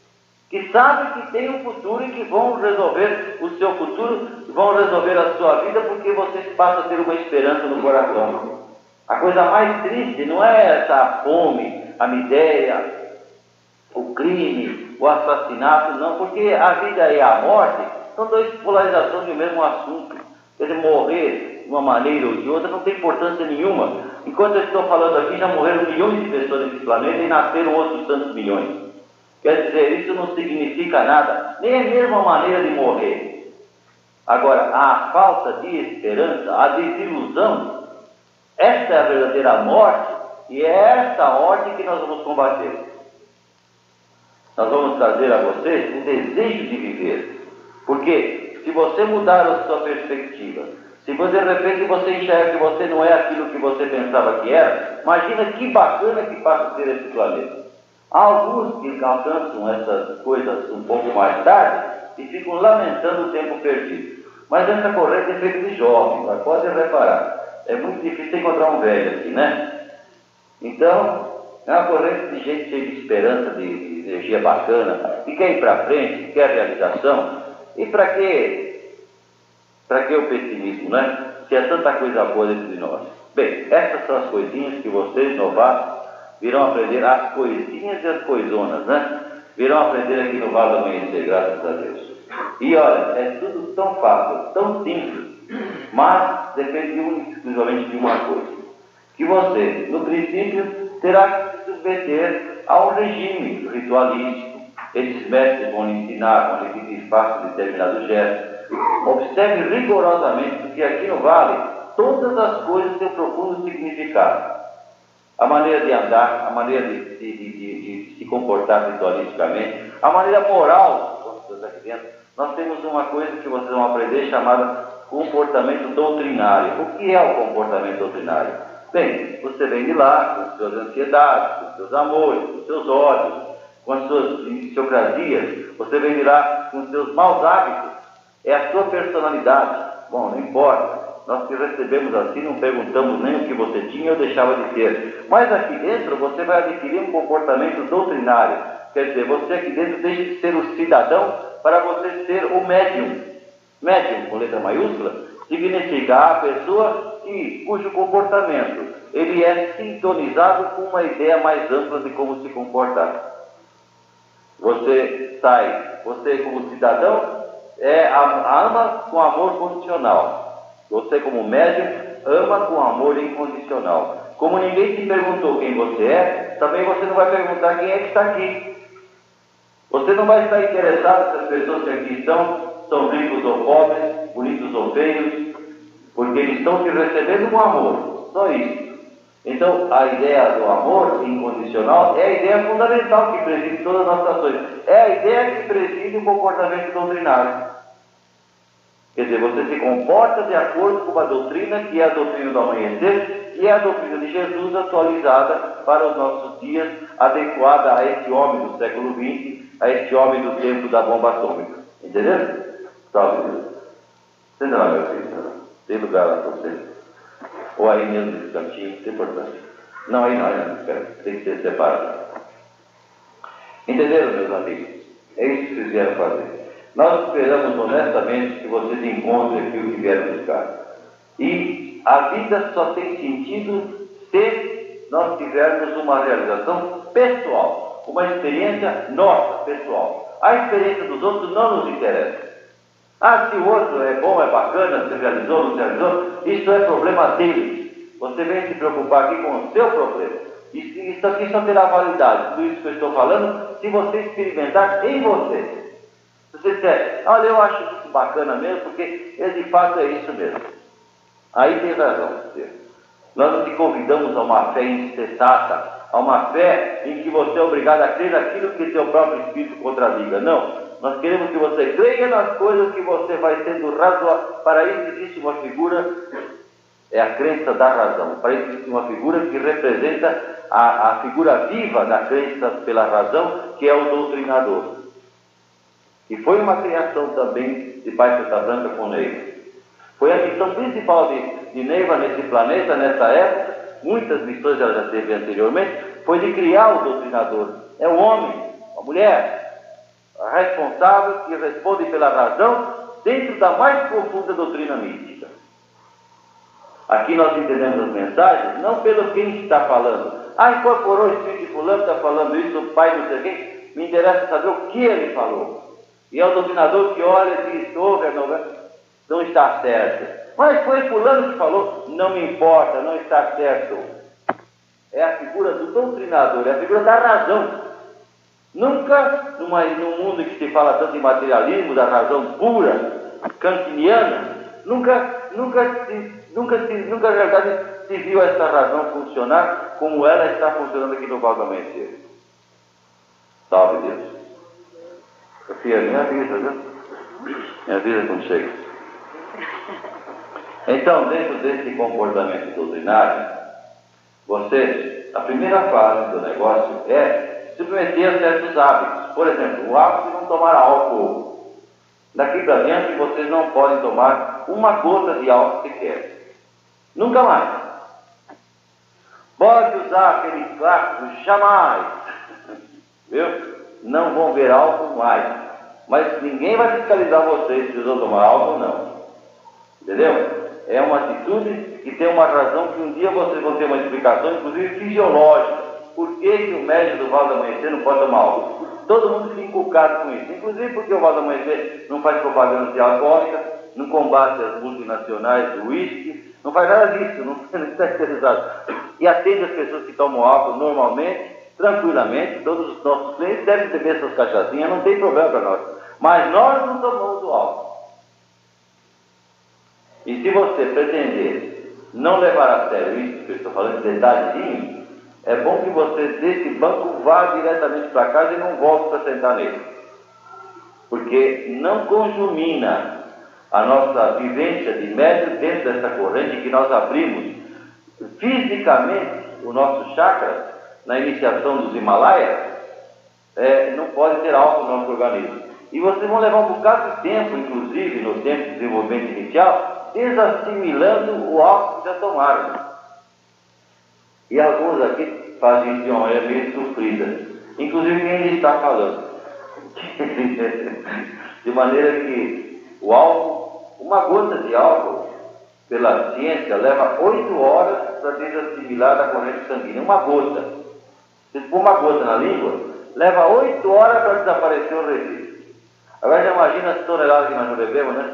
que sabem que têm um futuro e que vão resolver o seu futuro, vão resolver a sua vida, porque vocês passam a ter uma esperança no coração. A coisa mais triste não é essa fome, a miséria, o crime, o assassinato, não, porque a vida e a morte são duas polarizações do mesmo assunto. Quer dizer, morrer de uma maneira ou de outra não tem importância nenhuma. Enquanto eu estou falando aqui, já morreram milhões de pessoas nesse planeta e nasceram outros tantos milhões. Quer dizer, isso não significa nada, nem a mesma maneira de morrer. Agora, a falta de esperança, a desilusão, essa é a verdadeira morte, e é essa morte que nós vamos combater. nós vamos trazer a vocês um desejo de viver. Porque se você mudar a sua perspectiva, se você, de repente você enxerga que você não é aquilo que você pensava que era, imagina que bacana que passa a ser esse planeta. Há alguns que alcançam essas coisas um pouco mais tarde e ficam lamentando o tempo perdido. Mas essa corrente é feita de jovens, mas pode reparar. É muito difícil encontrar um velho aqui, né? Então, é uma corrente de gente cheia de esperança, de, de energia bacana, que quer ir para frente, que quer realização. E para que, para que o pessimismo, né? Se é tanta coisa boa dentro de nós. Bem, essas são as coisinhas que vocês, novatos, virão aprender, as coisinhas e as coisonas, né? Virão aprender aqui no Vale do Amanhecer, graças a Deus. E olha, é tudo tão fácil, tão simples, mas depende única e exclusivamente de uma coisa. Que você, no princípio, terá que se submeter a um regime ritualístico. Esses mestres vão lhe ensinar, vão lhe pedir faça determinados gestos. Observe rigorosamente, porque aqui no Vale, todas as coisas têm um profundo significado. A maneira de andar, a maneira de, de, de, de, de se comportar ritualisticamente, a maneira moral, aqui dentro, nós temos uma coisa que vocês vão aprender chamada comportamento doutrinário. O que é o comportamento doutrinário? Bem, você vem de lá com as suas ansiedades, com os seus amores, com os seus ódios, com as suas idiosincrasias, você vem de lá com os seus maus hábitos, é a sua personalidade. Bom, não importa. Nós que recebemos assim, não perguntamos nem o que você tinha ou deixava de ter. Mas aqui dentro você vai adquirir um comportamento doutrinário. Quer dizer, você aqui dentro deixa de ser o cidadão para você ser o médium. Médium, com letra maiúscula, significa a pessoa que, cujo comportamento ele é sintonizado com uma ideia mais ampla de como se comportar. Você sai, você como cidadão, é, ama com amor condicional. Você, como médium, ama com amor incondicional. Como ninguém te perguntou quem você é, também você não vai perguntar quem é que está aqui. Você não vai estar interessado se as pessoas que aqui estão são ricos ou pobres, bonitos ou feios, porque eles estão te recebendo com amor. Só isso. Então, a ideia do amor incondicional é a ideia fundamental que preside todas as nossas ações. É a ideia que preside o comportamento doutrinário. Quer dizer, você se comporta de acordo com uma doutrina que é a doutrina do amanhecer e é a doutrina de Jesus atualizada para os nossos dias, adequada a este homem do século vinte, a este homem do tempo da bomba atômica. Entendeu? Salve Deus. Você não é meu filho, tem lugar lá para você. Ou aí mesmo nesse cantinho, não tem importância. Não, aí não, aí não, espera, tem que ser separado. Entenderam, meus amigos? É isso que vocês vieram fazer. Nós esperamos honestamente que vocês encontrem aquilo que vieram buscar. E a vida só tem sentido se nós tivermos uma realização pessoal, uma experiência nossa, pessoal. A experiência dos outros não nos interessa. Ah, se o outro é bom, é bacana, se realizou, não se realizou, isso é problema deles. Você vem se preocupar aqui com o seu problema. Isso, isso aqui só terá validade, tudo isso que eu estou falando, se você experimentar em você. Se você disser, olha, eu acho isso bacana mesmo, porque ele de fato é isso mesmo. Aí tem razão. Nós te convidamos a uma fé insensata, a uma fé em que você é obrigado a crer naquilo que seu próprio espírito contradiga. Não. Nós queremos que você creia nas coisas que você vai sendo razoável. Para isso existe uma figura, é a crença da razão. Para isso existe uma figura que representa a, a figura viva da crença pela razão, que é o doutrinador. E foi uma criação também de Pai Santa Branca com Neiva. Foi a missão principal de, de Neiva nesse planeta, nessa época. Muitas missões ela já teve anteriormente. Foi de criar o doutrinador. É o homem, a mulher, a responsável que responde pela razão dentro da mais profunda doutrina mística. Aqui nós entendemos as mensagens não pelo quem está falando. Ah, incorporou o espírito de fulano, está falando isso, o pai não sei quem. Me interessa saber o que ele falou. E é o doutrinador que olha e diz, ouve, não, não está certo. Mas foi fulano que falou, não me importa, não está certo. É a figura do doutrinador, é a figura da razão. Nunca, numa, num mundo que se fala tanto em materialismo, da razão pura, kantiniana, nunca, nunca, se, nunca, se, nunca na verdade se viu essa razão funcionar como ela está funcionando aqui no Vale do Amanhecer. Salve Deus. Filha, me avisa, viu? Me avisa quando chega. Então, dentro desse comportamento doutrinário, você, a primeira fase do negócio é submeter a certos hábitos. Por exemplo, o hábito de não tomar álcool. Daqui para diante, vocês não podem tomar uma gota de álcool sequer. Nunca mais. Pode usar aquele clássico, jamais. Viu? Não vão ver álcool mais. Mas ninguém vai fiscalizar vocês se vão tomar álcool ou não. Entendeu? É uma atitude que tem uma razão que um dia vocês vão ter uma explicação, inclusive fisiológica. Por que, que o médico do Val do Amanhecer não pode tomar álcool? Todo mundo fica inculcado com isso. Inclusive porque o Val do Amanhecer não faz propaganda de alcoólica, não combate as multinacionais do uísque, não faz nada disso, não, não está interessado. E atende as pessoas que tomam álcool normalmente, tranquilamente. Todos os nossos clientes devem beber essas cachaçinhas, não tem problema para nós. Mas nós não tomamos o álcool. E se você pretender não levar a sério isso que eu estou falando, detalhezinho, é bom que você desse banco vá diretamente para casa e não volte para sentar nele. Porque não conjumina a nossa vivência de médio dentro dessa corrente que nós abrimos fisicamente o nosso chakra na iniciação dos Himalaias, é, não pode ter álcool no nosso organismo. E vocês vão levar um bocado de tempo, inclusive no tempo de desenvolvimento inicial, desassimilando o álcool que já tomaram. E alguns aqui fazem isso de uma maneira meio sofrida, inclusive quem está falando. De maneira que o álcool, uma gota de álcool, pela ciência, leva oito horas para desassimilar da corrente sanguínea. Uma gota. Se pôr uma gota na língua, leva oito horas para desaparecer o resíduo. Agora já imagina as toneladas que nós não bebemos, né?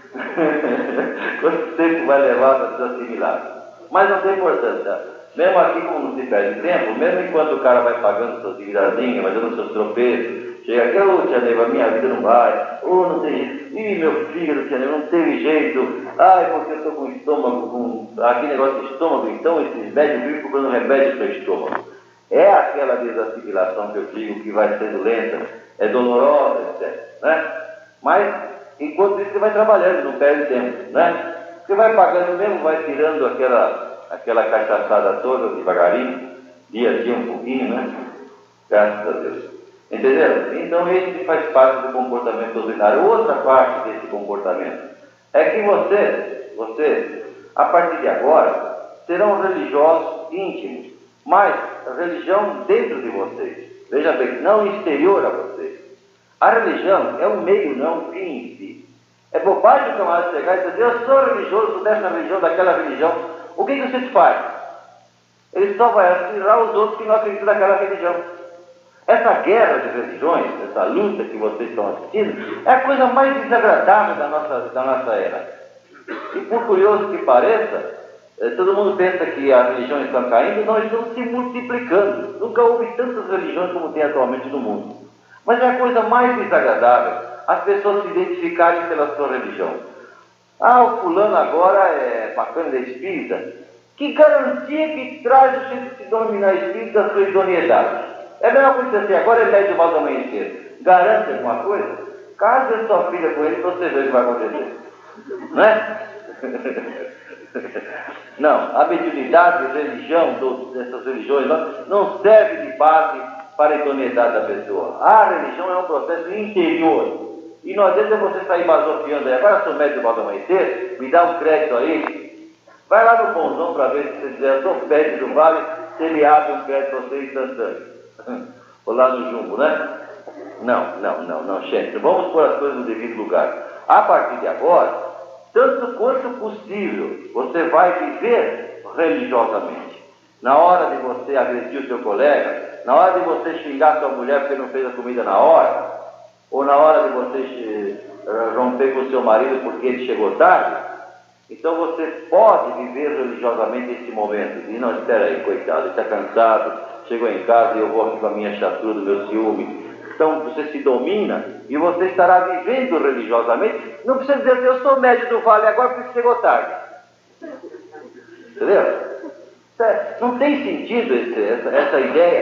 Quanto tempo vai levar para desassimilar? Mas não tem importância. Mesmo aqui, como não se perde tempo, mesmo enquanto o cara vai pagando suas dívidazinhas, vai dando seus tropeços, chega aqui, ô tia Neiva, minha vida não vai, ô não tem jeito, ih meu filho, tia Neiva, não teve jeito, ai porque eu estou com estômago, com aquele negócio de estômago, então esses médicos vivem procurando remédio para o estômago. É aquela desassimilação que eu digo que vai sendo lenta, é dolorosa, etcétera. Né? Mas, enquanto isso, você vai trabalhando, não perde tempo, né? Você vai pagando mesmo, vai tirando aquela, aquela cachaçada toda, devagarinho, dia a dia um pouquinho, né? Graças a Deus. Entenderam? Então, esse faz parte do comportamento doutrinário. Outra parte desse comportamento é que você, você, a partir de agora, serão religiosos íntimos, mas a religião dentro de vocês. Veja bem, não exterior a vocês. A religião é um meio, não um fim em si. É bobagem o camarada chegar e dizer, eu sou religioso dessa religião, daquela religião. O que, que você faz? Ele só vai atirar os outros que não acreditam naquela religião. Essa guerra de religiões, essa luta que vocês estão assistindo, é a coisa mais desagradável da nossa, da nossa era. E por curioso que pareça, todo mundo pensa que as religiões estão caindo, não, estão se multiplicando. Nunca houve tantas religiões como tem atualmente no mundo. Mas é a coisa mais desagradável as pessoas se identificarem pela sua religião. Ah, o fulano agora é bacana da espírita. Que garantia que traz o jeito de se dominar espírita da sua idoneidade? É a mesma coisa assim, agora ele é de Val do Amanhecer. Garante alguma coisa? Case sua filha com ele para você ver o que vai acontecer. Não é? Não, a mediunidade, a religião, dessas religiões não serve de base para a idoneidade da pessoa. A religião é um processo interior. E não adianta você sair basofiando aí. Agora sou médico do Val do Amanhecer, me dá um crédito aí. Vai lá no Bonzão para ver se você quiser. Eu sou médico do Vale, se ele abre um crédito para você instantâneo. Ou lá no Jumbo, né? Não, não, não, não, chefe. Vamos pôr as coisas no devido lugar. A partir de agora, tanto quanto possível, você vai viver religiosamente. Na hora de você agredir o seu colega, na hora de você xingar sua mulher porque não fez a comida na hora, ou na hora de você romper com o seu marido porque ele chegou tarde, então você pode viver religiosamente esse momento. E não, espera aí, coitado, ele está cansado, chegou em casa e eu vou aqui com a minha chatura, do meu ciúme. Então você se domina e você estará vivendo religiosamente. Não precisa dizer assim, eu sou médio do Vale agora porque chegou tarde. Entendeu? Não tem sentido esse, essa, essa ideia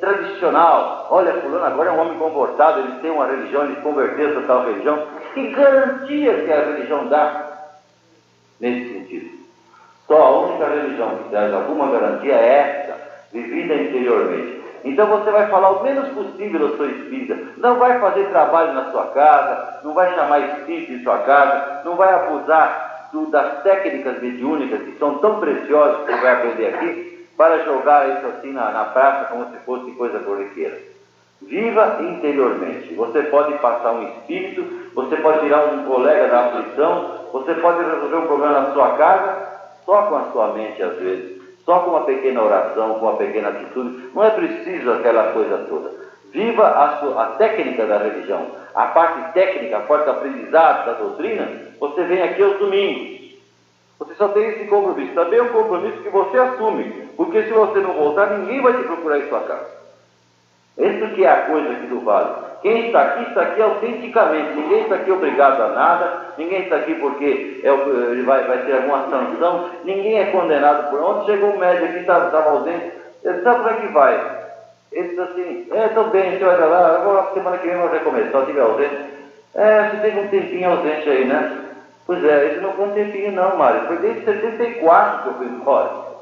tradicional. Olha, fulano agora é um homem comportado, ele tem uma religião, ele converteu a tal religião. Que garantia que a religião dá nesse sentido? Só a única religião que traz alguma garantia é essa, vivida interiormente. Então você vai falar o menos possível da sua espírita, não vai fazer trabalho na sua casa, não vai chamar espírito em sua casa, não vai abusar do, das técnicas mediúnicas que são tão preciosas que você vai aprender aqui, para jogar isso assim na, na praça como se fosse coisa corriqueira. Viva interiormente. Você pode passar um espírito, você pode tirar um colega da aflição, você pode resolver um problema na sua casa, só com a sua mente às vezes. Só com uma pequena oração, com uma pequena atitude, não é preciso aquela coisa toda. Viva a, sua, a técnica da religião, a parte técnica, a parte do aprendizado da doutrina, você vem aqui aos domingos. Você só tem esse compromisso. Também é um compromisso que você assume, porque se você não voltar, ninguém vai te procurar em sua casa. Isso que é a coisa que do vale. Quem está aqui, está aqui autenticamente. Ninguém está aqui obrigado a nada. Ninguém está aqui porque é, ele vai, vai ter alguma sanção. Ninguém é condenado por... Ontem chegou um médico aqui, estava ausente. Ele sabe como é que vai. Ele disse assim, é, estou bem, você vai estar lá. Agora, semana que vem, vai recomeçar. Se estiver ausente. É, você tem um tempinho ausente aí, né? Pois é, ele não foi um tempinho não, Mário. Foi desde setenta e quatro que eu fui embora.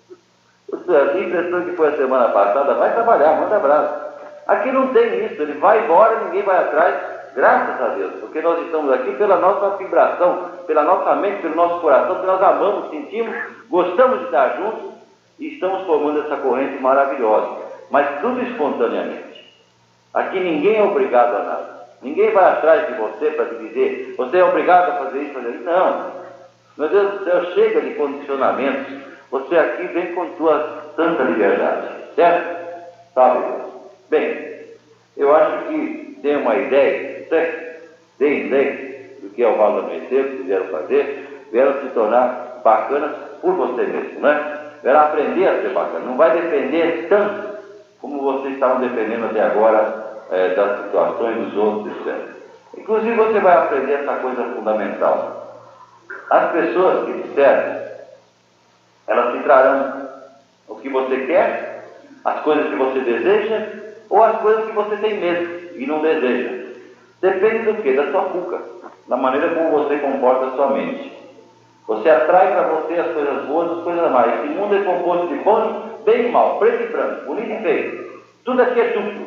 A impressão que foi a semana passada, vai trabalhar, manda abraço. Aqui não tem isso, ele vai embora, ninguém vai atrás, graças a Deus, porque nós estamos aqui pela nossa vibração, pela nossa mente, pelo nosso coração, porque nós amamos, sentimos, gostamos de estar juntos e estamos formando essa corrente maravilhosa, mas tudo espontaneamente. Aqui ninguém é obrigado a nada, ninguém vai atrás de você para te dizer, você é obrigado a fazer isso, fazer isso. Não, meu Deus do céu, chega de condicionamentos. Você aqui vem com tua santa liberdade, certo? Sabe? Bem, eu acho que tem uma ideia, certo? Tem ideia do que é o Val do Amanhecer, que quiseram fazer, vieram se tornar bacanas por você mesmo, né? Vieram aprender a ser bacana, não vai depender tanto como vocês estavam dependendo até agora é, das situações dos outros, etcétera. Inclusive você vai aprender essa coisa fundamental. As pessoas que disseram, elas te trarão o que você quer, as coisas que você deseja, ou as coisas que você tem medo e não deseja. Depende do que? Da sua cuca, da maneira como você comporta a sua mente. Você atrai para você as coisas boas, as coisas más. Esse mundo é composto de bom, bem e mal, preto e branco, bonito e feio. Tudo aqui é duplo.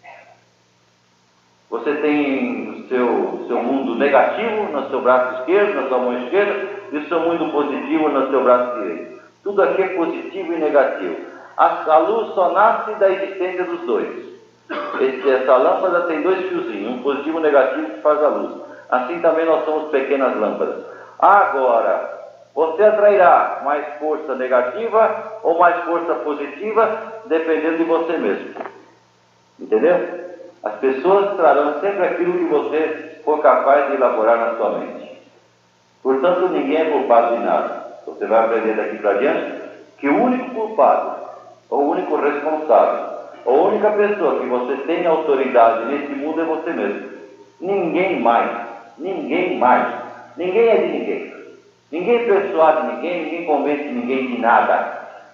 Você tem o seu, seu mundo negativo no seu braço esquerdo, na sua mão esquerda, e o seu mundo positivo no seu braço direito. Tudo aqui é positivo e negativo. A, a luz só nasce da existência dos dois. Esse, essa lâmpada tem dois fiozinhos, um positivo e um negativo que faz a luz. Assim também nós somos pequenas lâmpadas. Agora, você atrairá mais força negativa ou mais força positiva, dependendo de você mesmo. Entendeu? As pessoas trarão sempre aquilo que você for capaz de elaborar na sua mente. Portanto, ninguém é culpado de nada. Você vai aprender daqui para diante que o único culpado, ou o único responsável, ou a única pessoa que você tem autoridade nesse mundo é você mesmo. Ninguém mais. Ninguém mais. Ninguém é de ninguém. Ninguém persuade ninguém, ninguém convence ninguém de nada.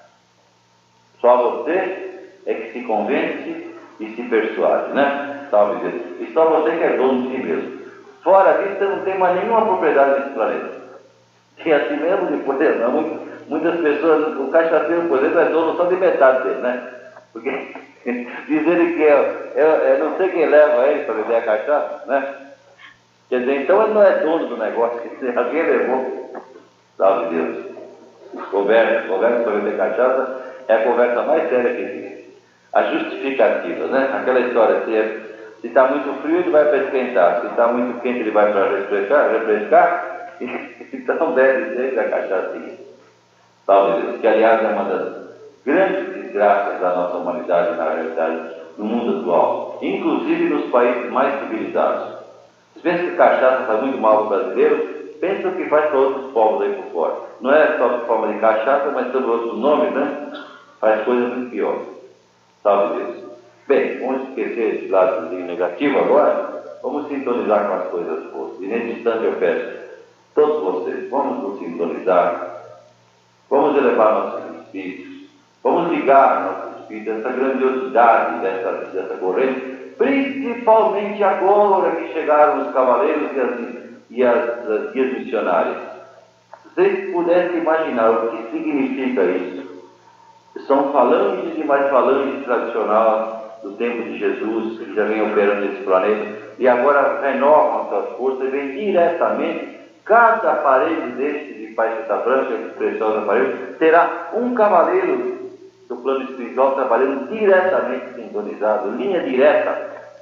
Só você é que se convence e se persuade, né? Salve Deus. E só você que é dono de si mesmo. Fora disso, você não tem mais nenhuma propriedade nesse planeta. E assim mesmo, depois, não, muitas pessoas, o cachaceiro, por exemplo, é dono só de metade dele, né? Porque diz ele que é, é, é não sei quem leva ele para beber a cachaça, né? Quer dizer, então ele não é dono do negócio, alguém levou. Salve Deus. Conversa, conversa para beber cachaça é a conversa mais séria que existe. A justificativa, né? Aquela história, se está muito frio, ele vai para esquentar, se está muito quente, ele vai para refrescar, refrescar. Então deve ser a cachaçinha. Salve Deus, que aliás é uma das grandes desgraças da nossa humanidade, na realidade, no mundo atual, inclusive nos países mais civilizados. Vocês pensam que a cachaça faz muito mal para o brasileiro? Pensam que faz para outros povos aí por fora. Não é só por forma de cachaça, mas sob outros nomes, né? Faz coisas muito piores. Salve Deus. Bem, vamos esquecer esse lado negativo agora. Vamos sintonizar com as coisas boas. E nesse instante eu peço todos vocês, vamos nos sintonizar, vamos elevar nossos espíritos, vamos ligar nossos espíritos, essa grandiosidade dessa, dessa corrente, principalmente agora que chegaram os cavaleiros e as, e as, as guias missionárias. Se vocês pudessem imaginar o que significa isso, são falanges e mais falanges tradicional do tempo de Jesus, que já vem operando nesse planeta, e agora renovam as suas forças e vêm diretamente. Cada aparelho desses de Paixeta Branca, esses preciosos aparelhos, terá um cavaleiro do plano espiritual trabalhando diretamente sintonizado, linha direta.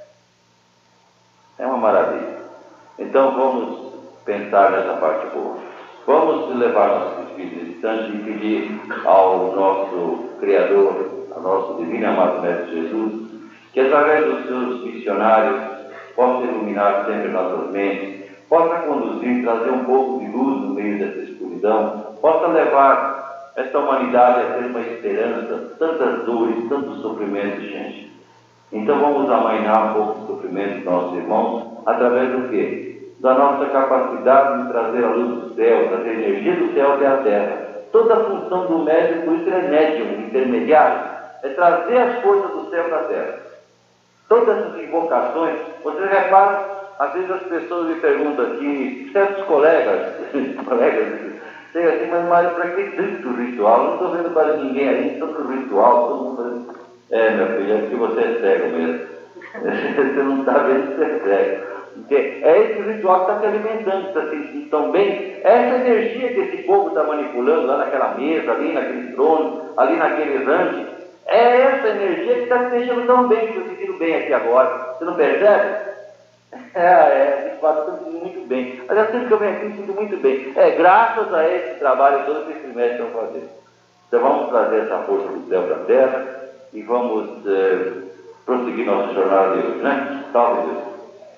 É uma maravilha. Então vamos pensar nessa parte boa. Vamos levar nossos espíritos nesse instante e pedir ao nosso Criador, ao nosso Divino Amado Mestre Jesus, que através dos seus missionários possa iluminar sempre nossas mentes, possa conduzir, trazer um pouco de luz no meio dessa escuridão, possa levar esta humanidade a ter uma esperança, tantas dores, tantos sofrimentos, gente. Então vamos amainar um pouco o sofrimento dos nossos irmãos, através do quê? Da nossa capacidade de trazer a luz do céu, trazer a energia do céu até a terra. Toda a função do médium, por isso ele é médium, intermediário, é trazer as forças do céu para a terra. Todas essas invocações, vocês reparam, às vezes as pessoas me perguntam aqui, certos colegas, colegas, chegam assim, mas Mário, para que tanto ritual? Eu não estou vendo para ninguém aí, tanto ritual, todo mundo fazendo. É, meu filho, é porque você é cego mesmo. Você não está vendo que você é cego. Porque é esse ritual que está se alimentando, está se sentindo tão bem. É essa energia que esse povo está manipulando lá naquela mesa, ali naquele trono, ali naquele rancho. É essa energia que está se deixando tão bem, que estou sentindo bem aqui agora. Você não percebe? É, é, de fato, estou sentindo muito bem. Mas eu sempre que eu venho aqui, sinto muito bem. É graças a esse trabalho todo que esses médicos estão fazendo. Então vamos trazer essa força do céu para a terra e vamos é, prosseguir nossa jornada de hoje, né? Salve Deus.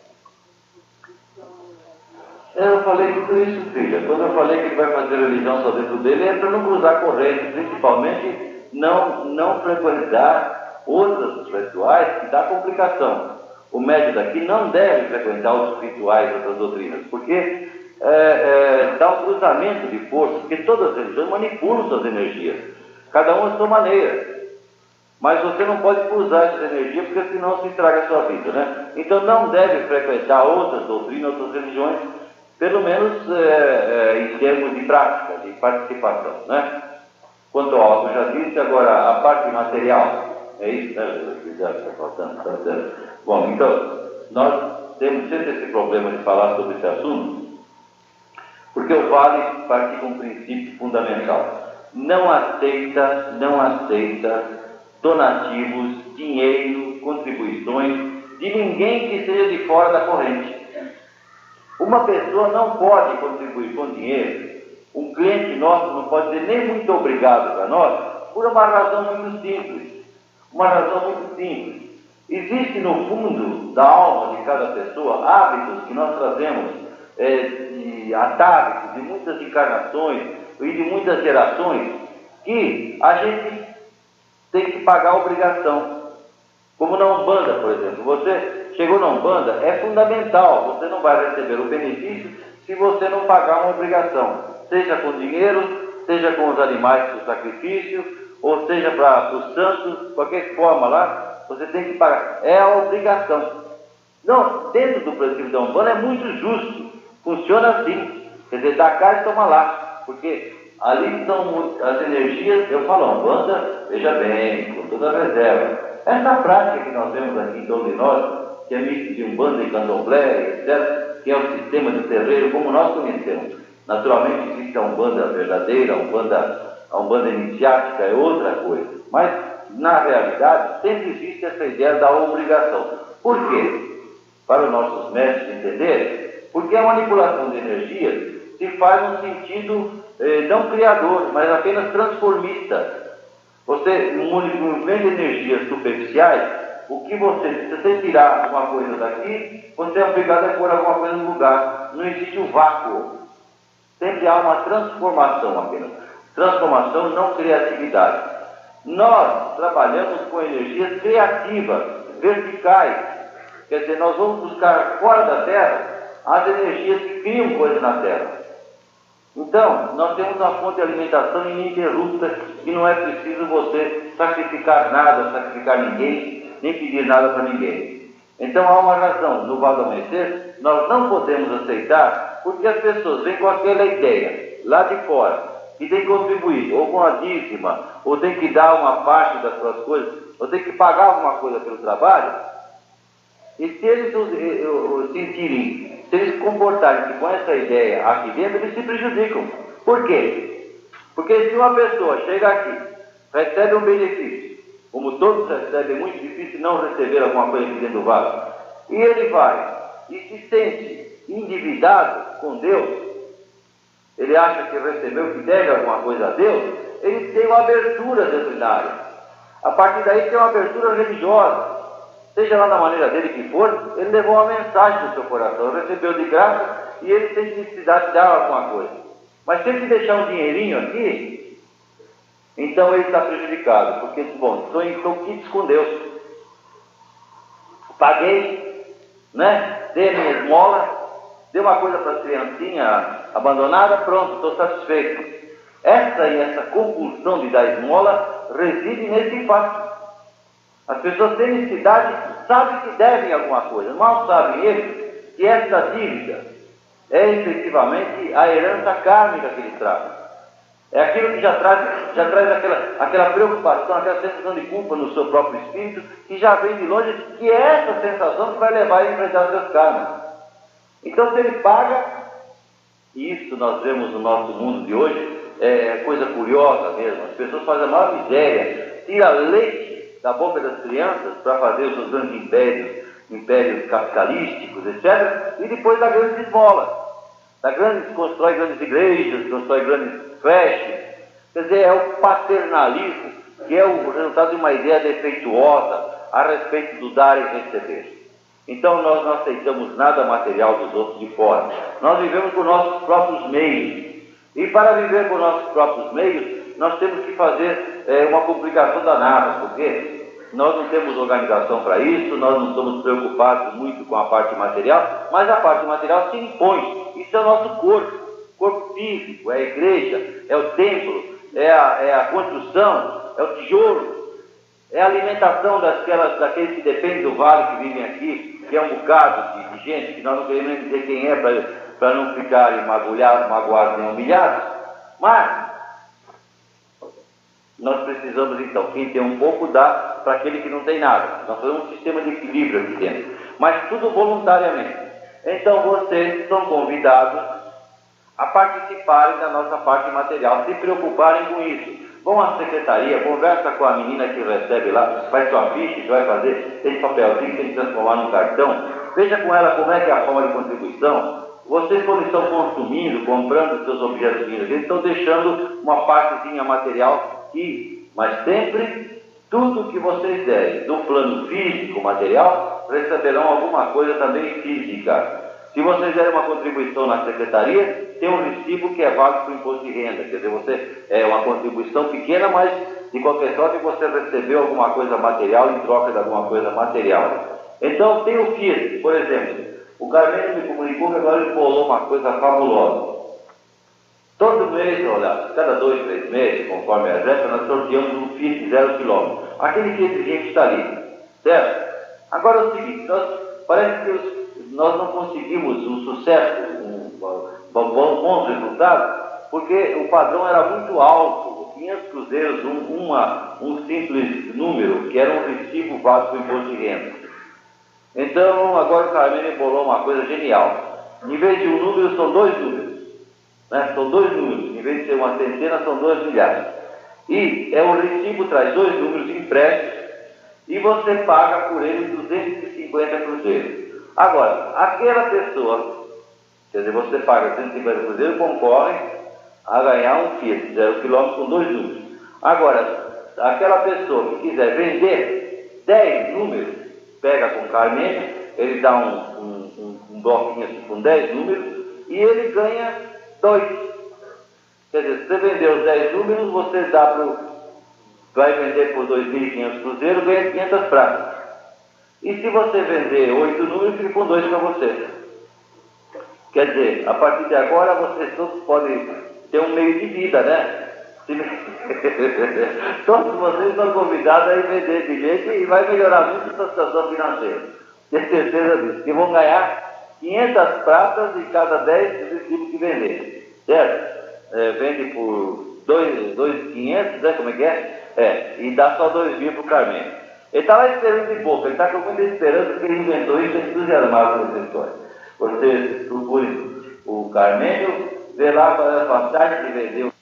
Eu falei tudo isso, filha. Quando eu falei que ele vai fazer religião só dentro dele, é para não cruzar corrente, principalmente não, não frequentar outros rituais que dá complicação. O médium daqui não deve frequentar outros rituais, outras doutrinas, porque é, é, dá um cruzamento de forças, porque todas as religiões manipulam suas energias, cada uma à sua maneira. Mas você não pode cruzar essas energias, porque senão se estraga a sua vida, né? Então não deve frequentar outras doutrinas, outras religiões, pelo menos é, é, em termos de prática, de participação, né? Quanto ao, eu já disse, agora a parte material, é isso, né? Já está faltando, está dizendo. Bom, então, nós temos sempre esse problema de falar sobre esse assunto, porque o Vale parte de um princípio fundamental. Não aceita, não aceita donativos, dinheiro, contribuições de ninguém que seja de fora da corrente. Uma pessoa não pode contribuir com dinheiro, um cliente nosso não pode dizer nem muito obrigado para nós, por uma razão muito simples. Uma razão muito simples. Existe no fundo da alma de cada pessoa hábitos que nós trazemos é, de atávios de muitas encarnações e de muitas gerações que a gente tem que pagar a obrigação. Como na Umbanda, por exemplo. Você chegou na Umbanda, é fundamental. Você não vai receber o benefício se você não pagar uma obrigação. Seja com dinheiro, seja com os animais do sacrifício, ou seja para os santos, qualquer forma lá, você tem que pagar. É a obrigação. Não, dentro do princípio da Umbanda é muito justo. Funciona assim. Quer dizer, dá cá e toma lá. Porque ali estão as energias, eu falo, Umbanda, veja bem, com toda a reserva. Essa prática que nós vemos aqui em todos nós, que é misto de Umbanda e Candomblé, etcétera, que é o sistema de terreiro como nós conhecemos. Naturalmente existe a Umbanda verdadeira, a Umbanda, a Umbanda iniciática é outra coisa. Mas, na realidade, sempre existe essa ideia da obrigação. Por quê? Para os nossos mestres entenderem, porque a manipulação de energias se faz no sentido eh, não criador, mas apenas transformista. Você, no movimento de energias superficiais, o que você, se você tirar alguma coisa daqui, você é obrigado a pôr alguma coisa no lugar. Não existe um vácuo. Sempre há uma transformação apenas. Transformação, não criatividade. Nós trabalhamos com energias criativas, verticais. Quer dizer, nós vamos buscar fora da Terra as energias que criam coisas na Terra. Então, nós temos uma fonte de alimentação ininterrupta e não é preciso você sacrificar nada, sacrificar ninguém, nem pedir nada para ninguém. Então, há uma razão. No Vale do Amanhecer, nós não podemos aceitar porque as pessoas vêm com aquela ideia lá de fora que tem que contribuir, ou com a dízima, ou tem que dar uma parte das suas coisas, ou tem que pagar alguma coisa pelo trabalho. E se eles sentirem, se eles se comportarem com essa ideia aqui dentro, eles se prejudicam. Por quê? Porque se uma pessoa chega aqui, recebe um benefício, como todos recebem, é muito difícil não receber alguma coisa aqui dentro do vale, e ele vai e se sente endividado com Deus, ele acha que recebeu, que deve alguma coisa a Deus, ele tem uma abertura doutrinária. A partir daí tem uma abertura religiosa. Seja lá da maneira dele que for, ele levou uma mensagem do seu coração, recebeu de graça e ele tem necessidade de dar alguma coisa. Mas se ele deixar um dinheirinho aqui, então ele está prejudicado, porque, bom, estou em quites com Deus. Paguei, né? Dei a minha esmola, dei uma coisa para a criancinha abandonada, pronto, estou satisfeito. Essa e essa compulsão de dar esmola reside nesse fato. As pessoas têm necessidade, sabem que devem alguma coisa, mal sabem eles que essa dívida é efetivamente a herança kármica que eles trazem. É aquilo que já traz, já traz aquela, aquela preocupação, aquela sensação de culpa no seu próprio espírito, que já vem de longe, que é essa sensação que vai levar a enfrentar seus karmas. Então, se ele paga, e isso nós vemos no nosso mundo de hoje, é coisa curiosa mesmo, as pessoas fazem a maior miséria, tira leite da boca das crianças para fazer os seus grandes impérios, impérios capitalísticos, etcétera, e depois dá grandes esmolas, dá grandes, constrói grandes igrejas, constrói grandes creches. Quer dizer, é o paternalismo, que é o resultado de uma ideia defeituosa a respeito do dar e receber. Então nós não aceitamos nada material dos outros de fora. Nós vivemos com nossos próprios meios. E para viver com nossos próprios meios, nós temos que fazer é, uma complicação danada, porque nós não temos organização para isso, nós não estamos preocupados muito com a parte material, mas a parte material se impõe. Isso é o nosso corpo, corpo físico, é a igreja, é o templo, é a, é a construção, é o tijolo, é a alimentação daquelas, daqueles que dependem do vale, que vivem aqui, que é um bocado de, de gente, que nós não queremos nem dizer quem é, para não ficarem magoados, magoados nem humilhados, mas nós precisamos, então, quem tem um pouco dá para aquele que não tem nada. Nós fazemos um sistema de equilíbrio aqui dentro, mas tudo voluntariamente. Então vocês são convidados a participarem da nossa parte material, se preocuparem com isso. Vão à secretaria, conversa com a menina que recebe lá, faz sua ficha, que vai fazer esse papelzinho, tem que transformar num cartão. Veja com ela como é que é a forma de contribuição. Vocês, quando estão consumindo, comprando seus objetos, eles estão deixando uma partezinha material. E, mas sempre, tudo que vocês derem do plano físico, material, receberão alguma coisa também física. Se vocês derem uma contribuição na secretaria, tem um recibo que é válido para o imposto de renda. Quer dizer, você é uma contribuição pequena, mas de qualquer sorte você recebeu alguma coisa material em troca de alguma coisa material. Então, tem o Fiat, por exemplo. O Carmelo me comunicou que agora ele bolou uma coisa fabulosa. Todo mês, olha, cada dois, três meses, conforme a reta, nós sorteamos um Fiat zero quilômetro. Aquele Fiatzinho que está ali, certo? Agora é o seguinte, nós, parece que os, nós não conseguimos um sucesso, um, um, um bom resultado, porque o padrão era muito alto, quinhentos cruzeiros, um, uma, um simples número, que era um recibo válido para o imposto de renda. Então, agora o Carmelo bolou uma coisa genial. Em vez de um número, são dois números. Né? São dois números, em vez de ser uma centena, são dois milhares. E é o recibo traz dois números impressos e você paga por ele duzentos e cinquenta cruzeiros. Agora, aquela pessoa, quer dizer, você paga duzentos e cinquenta cruzeiros e concorre a ganhar um Fiat zero quilômetro com dois números. Agora, aquela pessoa que quiser vender dez números, pega com Carmelo, ele dá um, um, um, um bloquinho assim com dez números e ele ganha dois. Quer dizer, se você vender os dez números, você dá pro, vai vender por dois mil e quinhentos cruzeiros, ganha quinhentas pratas. E se você vender oito números, fica com dois para você. Quer dizer, a partir de agora vocês todos podem ter um meio de vida, né? Todos vocês são convidados a ir vender bilhete e vai melhorar muito a sua situação financeira. Tenho certeza disso, que vão ganhar quinhentas pratas em cada dez discípulos que vender. Certo? É, vende por dois mil e quinhentos, né? Como é que é? É, e dá só dois mil para o Carmênio. Ele está lá esperando de boca, ele está com muita esperança que ele inventou isso, é entusiasmado com essa história. Você procure o Carmênio, vê lá para a passagem que vendeu.